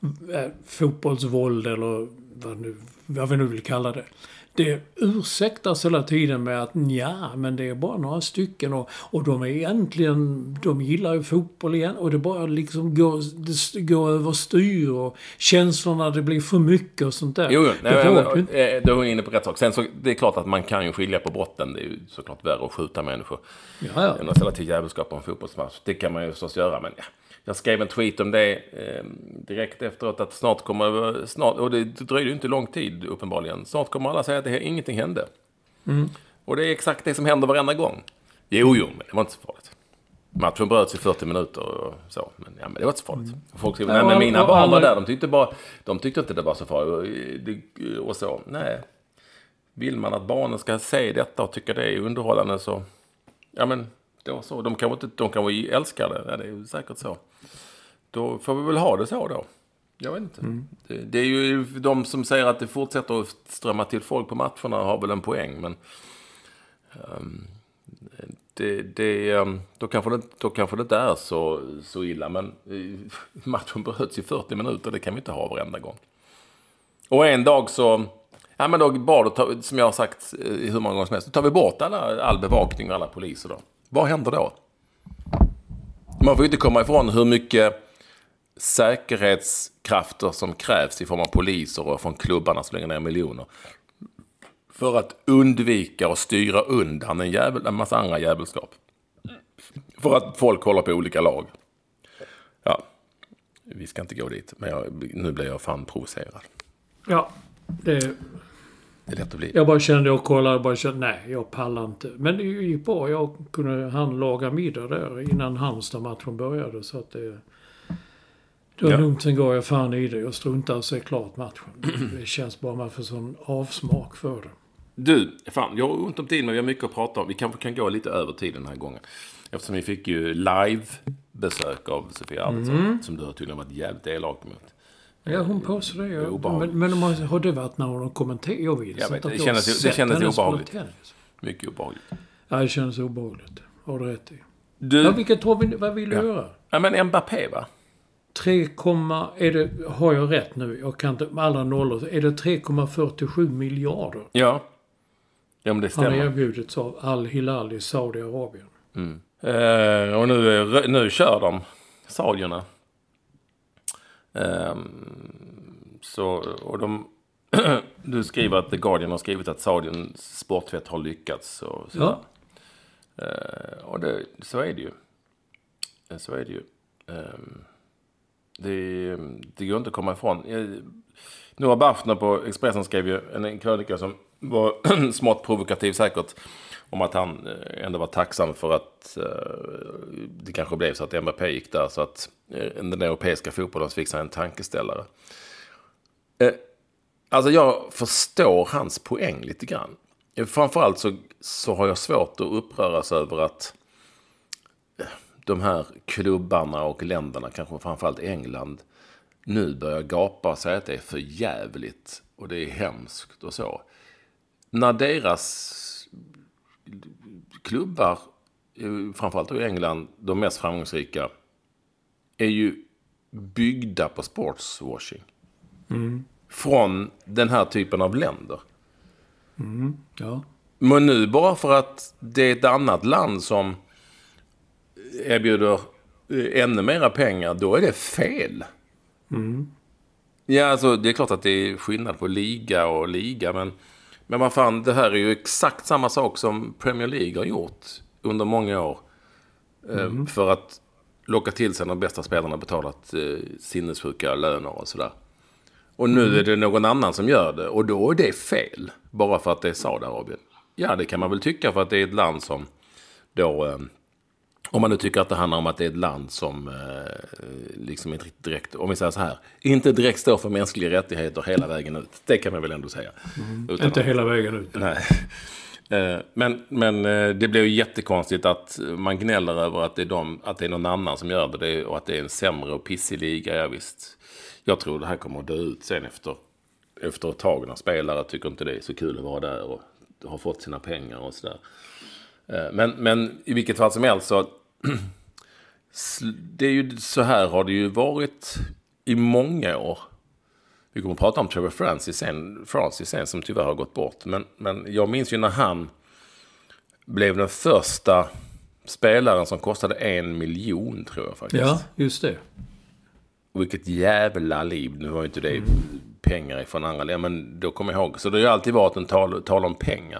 fotbollsvåld, eller vad vi nu vill kalla det, det ursäktas hela tiden med att men det är bara några stycken, och de är egentligen, de gillar ju fotboll igen, och det bara liksom går över styr, och känslorna, det blir för mycket och sånt där. Jo, då är hon inne på rätt sak. Sen så, det är klart att man kan ju skilja på brotten. Det är ju såklart värre att skjuta människor än att ställa till jävelskap på en fotbollsmatch. Det kan man ju förstås göra, men jag skrev en tweet om det direkt efteråt, att snart, och det dröjde ju inte lång tid uppenbarligen, snart kommer alla säga att ingenting hände. Och det är exakt det som händer varenda gång. Jo, men det var inte så farligt. Matchen bröts i 40 minuter och så, men det var inte så farligt. Folk skrev, nej, men mina barn var där, de tyckte inte det var så farligt och så. Nej, vill man att barnen ska se detta och tycka det är underhållande, så men då så. De kan vara älskade. Ja, det är ju säkert så. Då får vi väl ha det så då. Jag vet inte. Det är ju de som säger att det fortsätter att strömma till folk på matcherna har väl en poäng, men då kanske det inte är så illa, men matchen bröts i 40 minuter, det kan vi inte ha varenda gång. Och en dag så men då bara som jag har sagt hur många gånger som helst, då tar vi bort all bevakning och alla poliser då. Vad händer då? Man får ju inte komma ifrån hur mycket säkerhetskrafter som krävs i form av poliser och från klubbarna som lägger ner miljoner för att undvika och styra undan en massa andra jävelskap. För att folk håller på olika lag. Ja, vi ska inte gå dit. Men nu blir jag fan provocerad. Ja, det är lätt att bli. Jag bara kände och kollade nej, jag pallar inte. Men det gick bra. Jag kunde laga middag där innan Halmstad-matchen började. Så att det var lugnt. Sen går jag fan i det. Jag struntar och ser klart matchen. Det känns bara man får sån avsmak för det. Du, fan, jag har ont om tid men vi har mycket att prata om. Vi kanske kan gå lite över tid den här gången. Eftersom vi fick ju live-besök av Sofia Arvidsson. Som du har tydligen varit jävligt elak mot. Ja, hon påstår det. Ja. Men har det varit när hon kommenterat? Jag vet inte. Det kändes obehagligt. Mycket obehagligt. Ja, det kändes obehagligt. Har du rätt i. Vad vill du göra? Ja, men Mbappé, va? 3, har jag rätt nu? Jag kan inte med alla nollor. Är det 3,47 miljarder? Ja. Ja, men det stämmer. Han har erbjudits av Al-Hilal i Saudiarabien. Mm. Och nu kör de saudierna. Du skriver att The Guardian har skrivit att Saudiens sporttvätt har lyckats. Ja. Och så är det ju. Det går inte att komma ifrån. Noah Bafner på Expressen skrev ju en krönika som var smått provokativ säkert. Om att han ändå var tacksam för att det kanske blev så att Mbappé gick där. Så att den europeiska fotbollen fick sig en tankeställare. Alltså jag förstår hans poäng lite grann. Framförallt så har jag svårt att uppröras över att de här klubbarna och länderna, kanske framförallt England, nu börjar gapa och säga att det är för jävligt och det är hemskt och så. När deras klubbar, framförallt i England, de mest framgångsrika, är ju byggda på sportswashing. Från den här typen av länder. Ja. Men nu bara för att det är ett annat land som erbjuder ännu mera pengar, då är det fel. Ja, alltså det är klart att det är skillnad på liga och liga, men vad fan, det här är ju exakt samma sak som Premier League har gjort under många år. För att locka till sig de bästa spelarna, betalat sinnessjuka löner och sådär. Och nu är det någon annan som gör det, och då är det fel. Bara för att det är Saudiarabien. Ja, det kan man väl tycka, för att det är ett land som då... Om man nu tycker att det handlar om att det är ett land som liksom inte direkt, om vi säger så här, inte direkt står för mänskliga rättigheter hela vägen ut. Det kan man väl ändå säga. Inte hela vägen ut. Nej. Men det blir ju jättekonstigt att man gnäller över att det är någon annan som gör det och att det är en sämre och pissig liga. Ja, visst. Jag tror det här kommer att dö ut sen efter ett tag när spelare tycker inte det är så kul att vara där och har fått sina pengar och sådär. Men i vilket fall som helst så det är ju så här har det ju varit i många år. Vi kommer att prata om Trevor Francis sen som tyvärr har gått bort. Men jag minns ju när han blev den första spelaren som kostade 1 miljon, tror jag faktiskt. Ja, just det. Och vilket jävla liv. Nu var ju inte det pengar från andra länder, men då kommer jag ihåg. Så det har ju alltid varit en tal om pengar.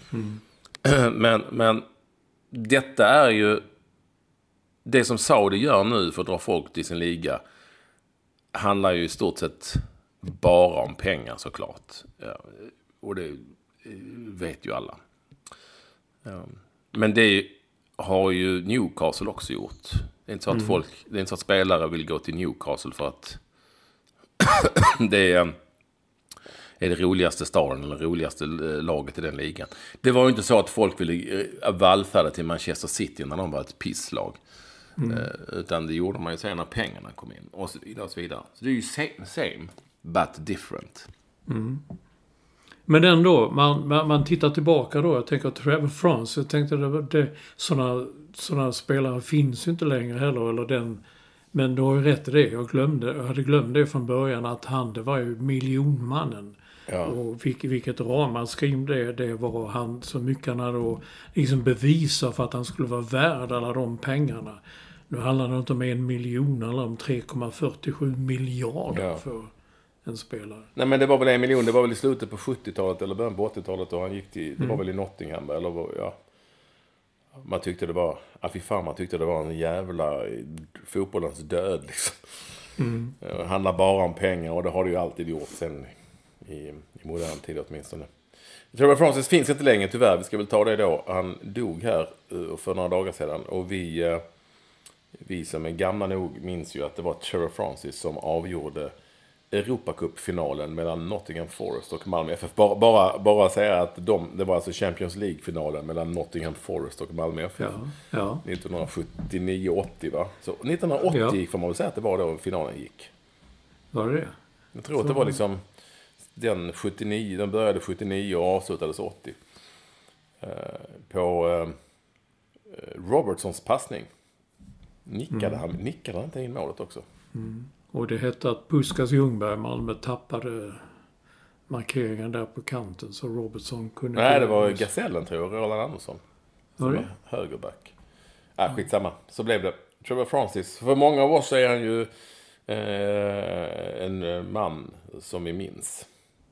Men detta är ju det som Saudi gör nu för att dra folk till sin liga handlar ju i stort sett bara om pengar, såklart. Ja, och det vet ju alla. Men det har ju Newcastle också gjort. Det är inte så att det är inte så att spelare vill gå till Newcastle för att det är det roligaste staden eller roligaste laget i den ligan. Det var ju inte så att folk ville vallfärda till Manchester City när de var ett pisslag. Utan det gjorde man ju sen när pengarna kom in. Och så vidare och så vidare. Så det är ju same but different. Men ändå, man tittar tillbaka då. Jag tänker att Trevor Francis, jag tänkte sådana spelare finns ju inte längre heller. Men du har ju rätt i det. Jag hade glömt det från början att det var ju miljonmannen. Ja. Och vilket ramaskrim det var han så mycket han hade att liksom bevisa för att han skulle vara värd alla de pengarna. Nu handlar det inte om 1 miljon eller om 3,47 miljarder för en spelare. Nej, men det var väl 1 miljon. Det var väl i slutet på 70-talet eller början på 80-talet och han gick till, det var väl i Nottingham eller ja. Man tyckte det var, man tyckte det var en jävla fotbollens död liksom. Det handlar bara om pengar och det har det ju alltid gjort sen i modern tid åtminstone. Trevor Francis finns inte längre tyvärr, vi ska väl ta det då. Han dog här för några dagar sedan och vi som är gamla nog minns ju att det var Trevor Francis som avgjorde Europacup-finalen mellan Nottingham Forest och Malmö FF. Bara säga att det var alltså Champions League-finalen mellan Nottingham Forest och Malmö FF. Ja. 1979-80 va? Så 1980 får man väl säga att det var då finalen gick. Var det? Jag tror att det var liksom den började 79 och avslutades 80. På Robertsons passning. Nickade han inte in målet också. Och det hette att Puskas Ljungberg Malmö tappade markeringen där på kanten så Robertson kunde... Nej, det var Gasellen tror jag, Roland Andersson. Var det? Högerback. Skitsamma. Så blev det. Trevor Francis. För många av oss är han ju en man som vi minns.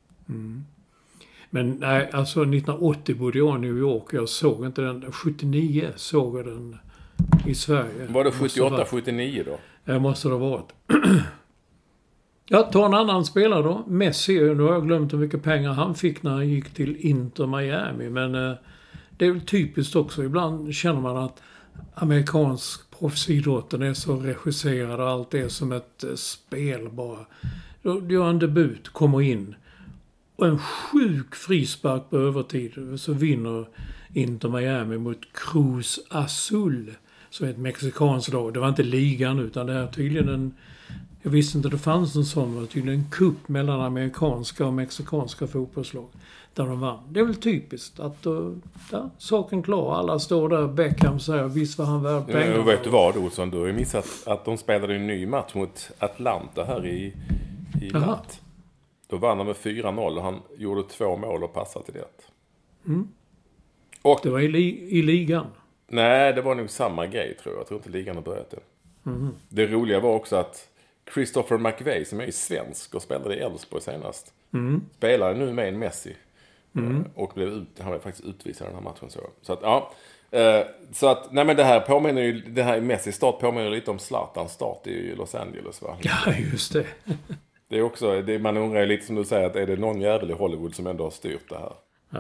Men nej, alltså 1980 bodde jag i New York. Jag såg inte den. 79 såg jag den i Sverige. Var det 78-79 då? Det måste det ha varit. Jag tar en annan spelare då. Messi. Nu har jag glömt hur mycket pengar han fick när han gick till Inter Miami. Men det är väl typiskt också. Ibland känner man att amerikansk proffsidrotten är så regisserad och allt är som ett spel bara. Du gör en debut, kommer in. Och en sjuk frispark på övertid. Så vinner Inter Miami mot Cruz Azul. Som är ett mexikanskt lag. Det var inte ligan utan det är tydligen jag visste inte det fanns en sån. Det var tydligen en kupp mellan amerikanska och mexikanska fotbollslag. Där de vann. Det är väl typiskt att saken klar. Alla står där. Beckham säger visst var han värd pengar. Ja, vet du vad Olsson? Du har ju missat att de spelade en ny match mot Atlanta här i natt. Då vann de med 4-0 och han gjorde 2 mål och passade till det. Och det var i ligan. Nej, det var nog samma grej tror jag. Jag tror inte ligan har börjat än. Det roliga var också att Christopher McVeigh som är svensk och spelade i Elfsborg senast. Spelade nu med en Messi. Och han blev faktiskt utvisad i den här matchen. Så att, ja. Så att, nej men det här Messi start påminner lite om Zlatans start i Los Angeles va? Ja, just det. Det är också, man undrar lite som du säger att är det någon jävel i Hollywood som ändå har styrt det här?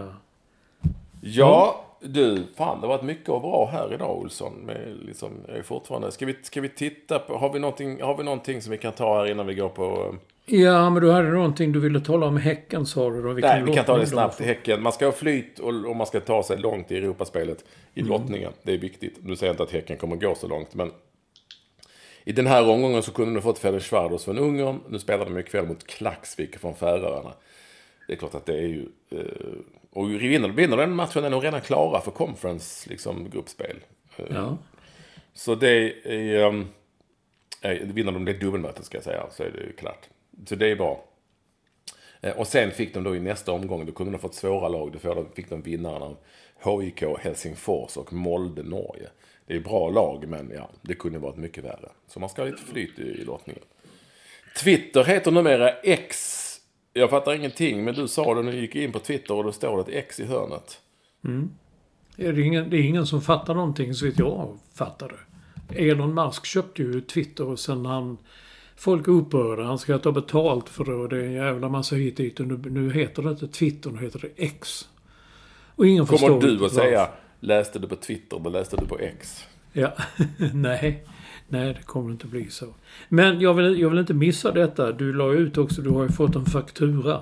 Ja, du, fan det har varit mycket och bra här idag Olsson. Med liksom, fortfarande. Ska vi titta på, har vi någonting som vi kan ta här innan vi går på... Ja, men du hade någonting du ville tala om Häcken sa du då. Vi kan ta det snabbt. Häcken. Man ska ha flyt och man ska ta sig långt i Europaspelet i lottningen. Det är viktigt. Nu säger jag inte att Häcken kommer gå så långt, men i den här omgången så kunde de fått Ferencváros från Ungern. Nu spelar de ikväll mot Klaksvik från Färöarna. Det är klart att det är ju... och vinner den matchen är nog redan klara för conference liksom, gruppspel. Ja. Så det är... vinner de det dubbelmötet ska jag säga, så är det ju klart. Så det är bra. Och sen fick de då i nästa omgång, då kunde de fått svåra lag. Då fick de vinnaren av HIK, Helsingfors och Molde, Norge. Det är bra lag, men ja, det kunde varit mycket värre. Så man ska ha lite flyt i lottningen. Twitter heter numera X. Jag fattar ingenting, men du sa det när du gick in på Twitter och då står det ett X i hörnet. Det är ingen som fattar någonting så vet jag fattar det. Elon Musk köpte ju Twitter och sen folk upprörda. Han ska ta betalt för det och det är en jävla massa hit dit. Och nu heter det inte Twitter, nu heter det X. Och ingen förstår. Kommer du att säga, läste du på Twitter eller läste du på X? Ja, nej, det kommer inte bli så. Men jag vill inte missa detta. Du la ut också, du har ju fått en faktura.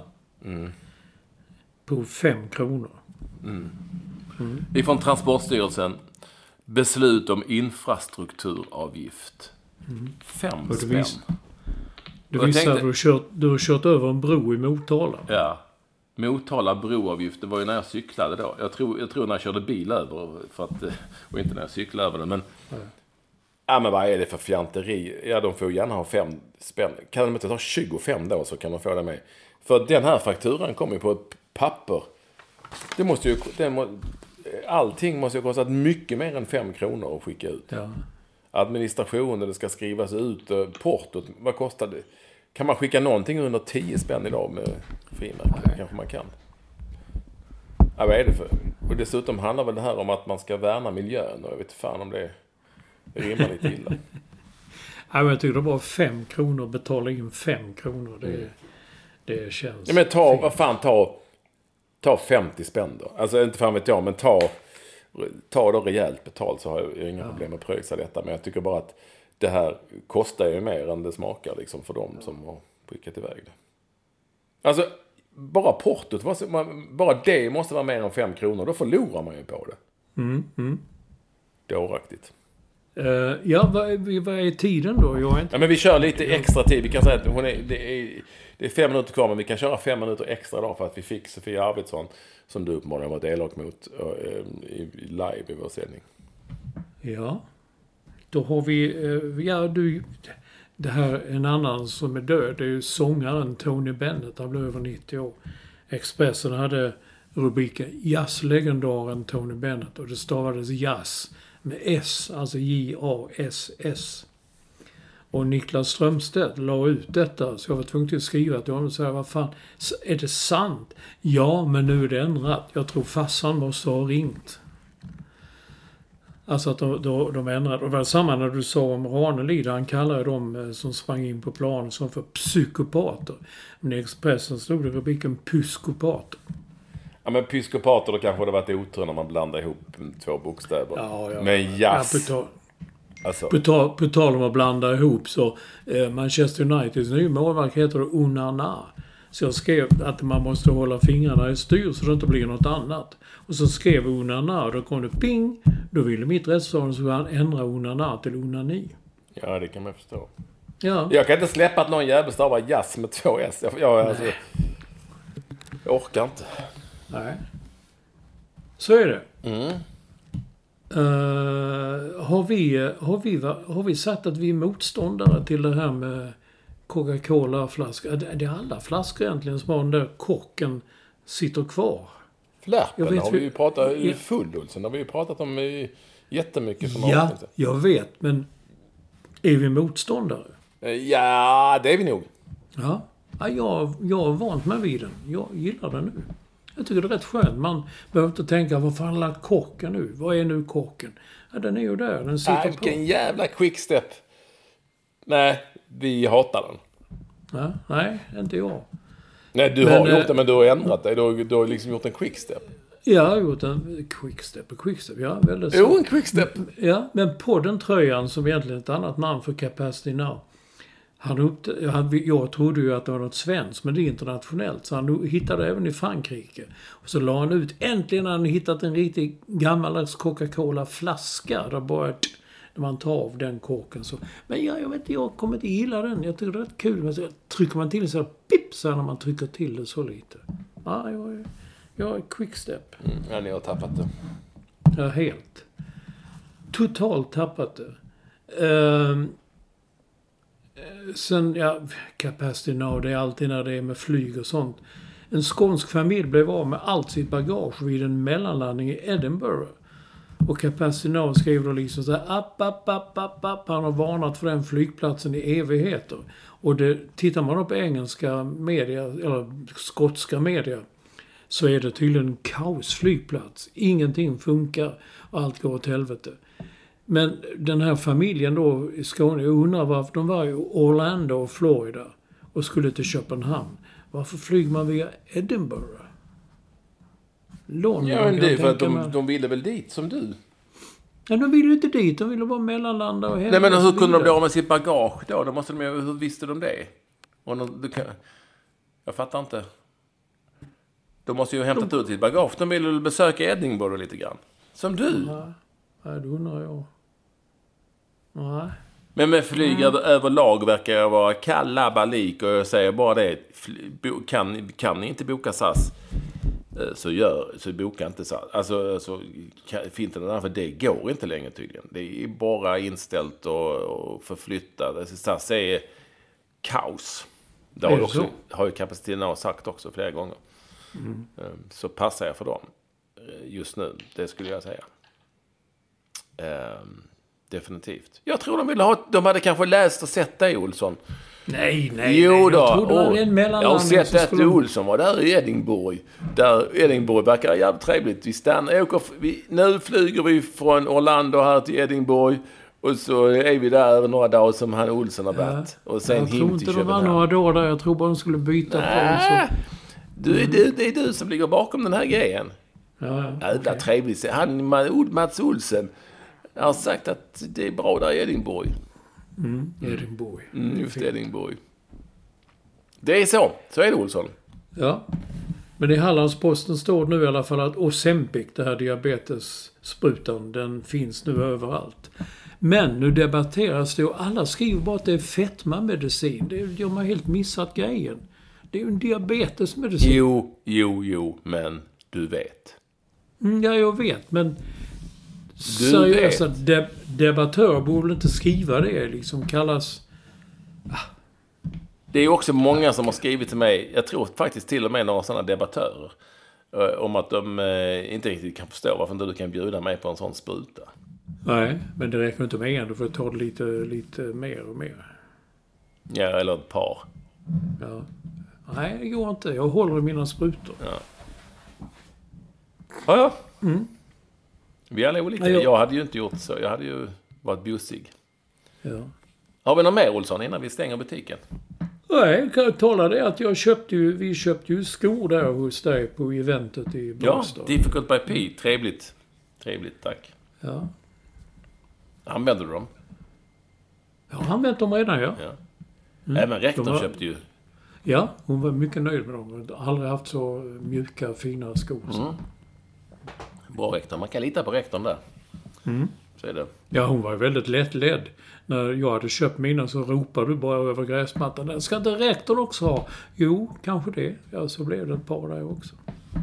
På 5 kronor. Ifrån Transportstyrelsen. Beslut om infrastrukturavgift. 5 spänn. Du visar att du har kört över en bro i Motala. Ja. Motala broavgift, det var ju när jag cyklade då. Jag tror när jag körde bil över och inte när jag cyklade över den. Men, men vad är det för fjanteri? Ja, de får gärna ha 5 spänn. Kan de inte ta 25 då så kan man få det med. För den här fakturan kommer ju på ett papper. Allting måste ju kosta mycket mer än 5 kronor att skicka ut. Ja. Administrationen, det ska skrivas ut, portot, vad kostar det? Kan man skicka någonting under 10 spänn idag med frimärken? Kanske man kan. Ja, vad är det för? Och dessutom handlar väl det här om att man ska värna miljön. Och jag vet fan om det rimmar lite illa. Ja, men jag tycker det var 5 kronor. Betala in 5 kronor. Det känns... Ja, men ta 50 spänn då. Alltså inte fan vet jag, men ta då rejält betalt, så har jag inga problem med att pröjsa detta. Men jag tycker bara att det här kostar ju mer än det smakar liksom, för dem som har skickat iväg det. Alltså, bara portot, bara det måste vara mer än 5 kronor. Då förlorar man ju på det. Dåraktigt. Vad är tiden då? Men vi kör lite extra tid. Vi kan säga att det är 5 minuter kvar, men vi kan köra 5 minuter extra då för att vi fick Sofia Arvidsson, som du uppenbarligen var elak mot, live i vår sändning. Ja. Då har vi... det här är en annan som är död. Det är ju sångaren Tony Bennett. Han blev över 90 år. Expressen hade rubriken Jazzlegendaren Tony Bennett. Och det stavades jazz med S, alltså J-A-S-S. Och Niklas Strömstedt la ut detta, så jag var tvungen att skriva till honom och säga, vad fan, är det sant? Ja, men nu är det ändrat. Jag tror farsan måste ha ringt. Alltså att de ändrade. Och det var samma när du sa om Ranelid. Han kallade dem som sprang in på planen som för psykopater. Men i Expressen stod det rubriken pyskopater. Ja, men pyskopater, då kanske det varit otur när man blandar ihop 2 bokstäver. Ja. Men jazz. På tal om att blanda ihop, så Manchester Uniteds nya målvakt heter Onana. Så jag skrev att man måste hålla fingrarna i styr så det inte blir något annat. Och så skrev Onana och då kom det ping. Då ville mitt rättsförhållande så han ändra Onana till Onani. Ja, det kan man förstå. Ja. Jag kan inte släppa att någon jävel stavar jazz med 2 S. Jag orkar inte. Nej. Så är det. Har vi sagt att vi är motståndare till det här med Coca-Cola-flaskor? Det är alla flaskor egentligen som har den där korken sitter kvar. Flärpen har vi ju pratat i fullulsen. Har vi ju pratat om jättemycket. Ja, jag vet. Men är vi motståndare? Ja, det är vi nog. Ja, jag har vant mig vid den. Jag gillar den nu. Jag tycker det är rätt skönt. Man behöver inte tänka, vad fan är korken nu? Vad är nu korken? Ja, den är ju där. Den sitter på. Vilken jävla quickstep. Nej, vi hatar den. Ja, nej, inte jag. Nej, du har gjort det, men du har ändrat dig. Du har liksom gjort en quickstep. Ja, jag har gjort en quickstep. Ja, väldigt så. Jo, en quickstep. Ja, men på den tröjan som egentligen är ett annat namn för Capacity Now. Jag trodde ju att det var något svenskt, men det är internationellt. Så han hittade även i Frankrike. Och så la han ut, äntligen har han hittat en riktigt gammaldags Coca-Cola-flaska. Där man tar av den korken. Så. Men jag vet inte, jag kommer inte gilla den. Jag tycker det är rätt kul. Men så trycker man till så här, pip, så här när man trycker till det så lite. Ja, jag är quickstep. Ja, ni har tappat det. Ja, helt. Totalt tappat det. Sen, Capacity Now, det är alltid när det är med flyg och sånt. En skånsk familj blev av med allt sitt bagage vid en mellanlandning i Edinburgh. Och Capacity Now skrev då liksom så här, app. Han har varnat för den flygplatsen i evigheter. Och tittar man då på engelska media, eller skotska media, så är det tydligen en kaosflygplats. Ingenting funkar och allt går åt helvete. Men den här familjen då i Skåne, jag undrar varför de var i Orlando och Florida och skulle till Köpenhamn. Varför flyger man via Edinburgh? London, ja, men det är för att de ville väl dit som du. Ja, de ville ju inte dit. De ville bara mellanlanda och hem. Nej, men hur kunde de bli av med sitt bagage då? Hur visste de det? Jag fattar inte. De måste ju ha hämtat ut sitt bagage. De ville väl besöka Edinburgh lite grann. Som du. Nej, det undrar jag. Nej. Men med flyg överlag verkar jag vara kalabalik. Och jag säger bara det. Kan ni inte boka SAS? Så boka inte SAS. Alltså finns det någon, för det går inte längre tydligen. Det är bara inställt och förflyttat. SAS är kaos. Det har ju Kapaciteten sagt också flera gånger. Så passar jag för dem just nu. Det skulle jag säga. Definitivt. Jag tror de hade kanske läst och sett dig, Olsson. Nej. Jo då. Jag trodde det var en mellanlandning. Jag har sett att Olsson var där i Edinburgh. Edinburgh verkar jävligt trevligt. Nu flyger vi från Orlando här till Edinburgh. Och så är vi där några dagar som han Olsson har varit. Och sen jag tror inte det var några dagar där. Jag tror bara de skulle byta på. Det är du som ligger bakom den här grejen. Jävla trevligt. Mats Olsson har sagt att det är bra där i Edinburgh. Edinburgh. Just Edinburgh. Det är så. Så är det, Olsson. Ja. Men i Hallandsposten står nu i alla fall att Ozempic, det här diabetessprutan, den finns nu överallt. Men nu debatteras det och alla skriver bara att det är fetmamedicin. Det har man helt missat grejen. Det är ju en diabetesmedicin. Jo, men du vet. Ja, jag vet, men seriösa debattörer borde inte skriva det. Liksom kallas... Det är också många som har skrivit till mig, jag tror faktiskt till och med några sådana debattörer, om att de inte riktigt kan förstå varför inte du kan bjuda mig på en sån spruta. Nej, men det räcker inte med en. Du får ta det lite mer och mer. Ja, eller ett par. Ja. Nej, det går inte. Jag håller i mina sprutor. Ja. Vi är alla olika. Jag hade ju inte gjort så. Jag hade ju varit bussig. Ja. Har vi något mer, Olsson, innan vi stänger butiken? Nej, kan jag tala det att vi köpte ju skor där hos dig på eventet i Båstad. Ja, Difficult by P. Trevligt, tack. Ja. Använder du dem? Jag har använt dem redan, ja. Även rektorn köpte ju. Ja, hon var mycket nöjd med dem. Hon har aldrig haft så mjuka, fina skor. Bra rektor. Man kan lita på rektorn där. Så är det. Ja, hon var väldigt lättledd. När jag hade köpt mina så ropade du bara över gräsmattan. Ska inte rektorn också ha? Jo, kanske det. Ja, så blev det ett par där också.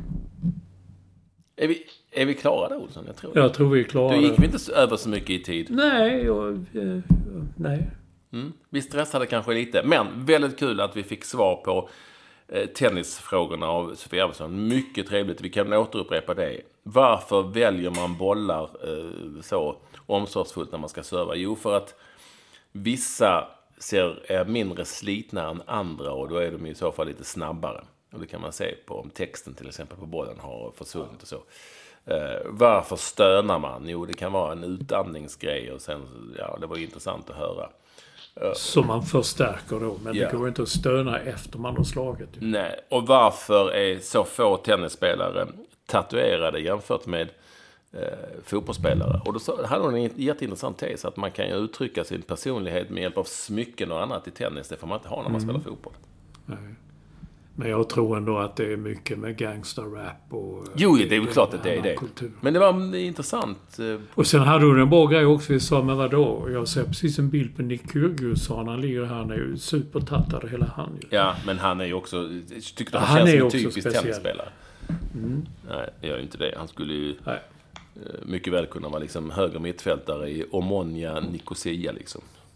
Är vi klara där, Olsson? Jag tror vi är klara. Då gick vi inte över så mycket i tid. Nej. Nej. Vi stressade kanske lite. Men väldigt kul att vi fick svar på tennisfrågorna av Sofia Arvidsson. Mycket trevligt. Vi kan återupprepa det. Varför väljer man bollar så omsorgsfullt när man ska serva? Jo, för att vissa är mindre slitna än andra och då är de i så fall lite snabbare. Och det kan man se på om texten till exempel på bollen har försvunnit och så. Varför stönar man? Jo, det kan vara en utandningsgrej och sen, det var intressant att höra. Som man förstärker då, men det går inte att stöna efter man har slagit. Nej, och varför är så få tennisspelare tatuerade jämfört med fotbollsspelare? Och då hade hon en jätteintressant tes att man kan ju uttrycka sin personlighet med hjälp av smycken och annat i tennis. Det får man inte ha när man spelar fotboll. Nej. Men jag tror ändå att det är mycket med gangsterrap och... Jo, det är ju klart att det är det. Kultur. Men det var intressant. Och sen hade hon en bra grej också. Vi sa, men vadå? Jag ser precis en bild på Nick Kyrgiosson. Han ligger här nu supertattad hela han. Ja, men han är ju också... Tycker han känns som en typisk tennisspelare. Nej, det gör ju inte det. Han skulle ju mycket väl kunna vara liksom höger mittfältare i Omonia Nicosia liksom.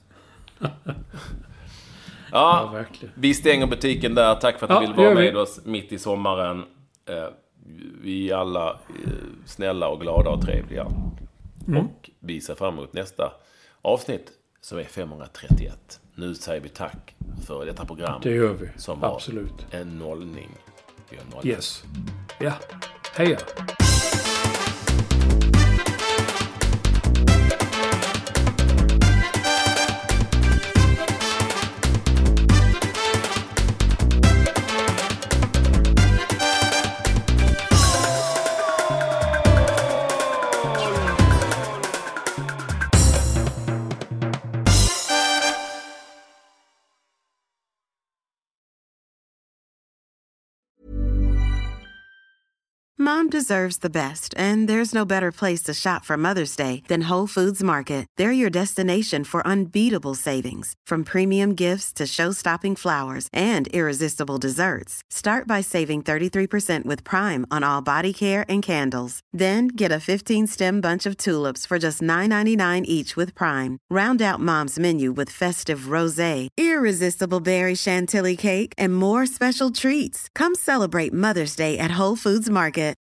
Ja, vi stänger butiken där. Tack för att du vill vara med oss mitt i sommaren. Vi är alla snälla och glada och trevliga. Och vi ser fram emot nästa avsnitt som är 531. Nu säger vi tack för detta program. Det gör vi. Som var absolut en nollning. Yes. Ja. Heja. Mom deserves the best, and there's no better place to shop for Mother's Day than Whole Foods Market. They're your destination for unbeatable savings, from premium gifts to show-stopping flowers and irresistible desserts. Start by saving 33% with Prime on all body care and candles. Then get a 15-stem bunch of tulips for just $9.99 each with Prime. Round out Mom's menu with festive rosé, irresistible berry chantilly cake, and more special treats. Come celebrate Mother's Day at Whole Foods Market.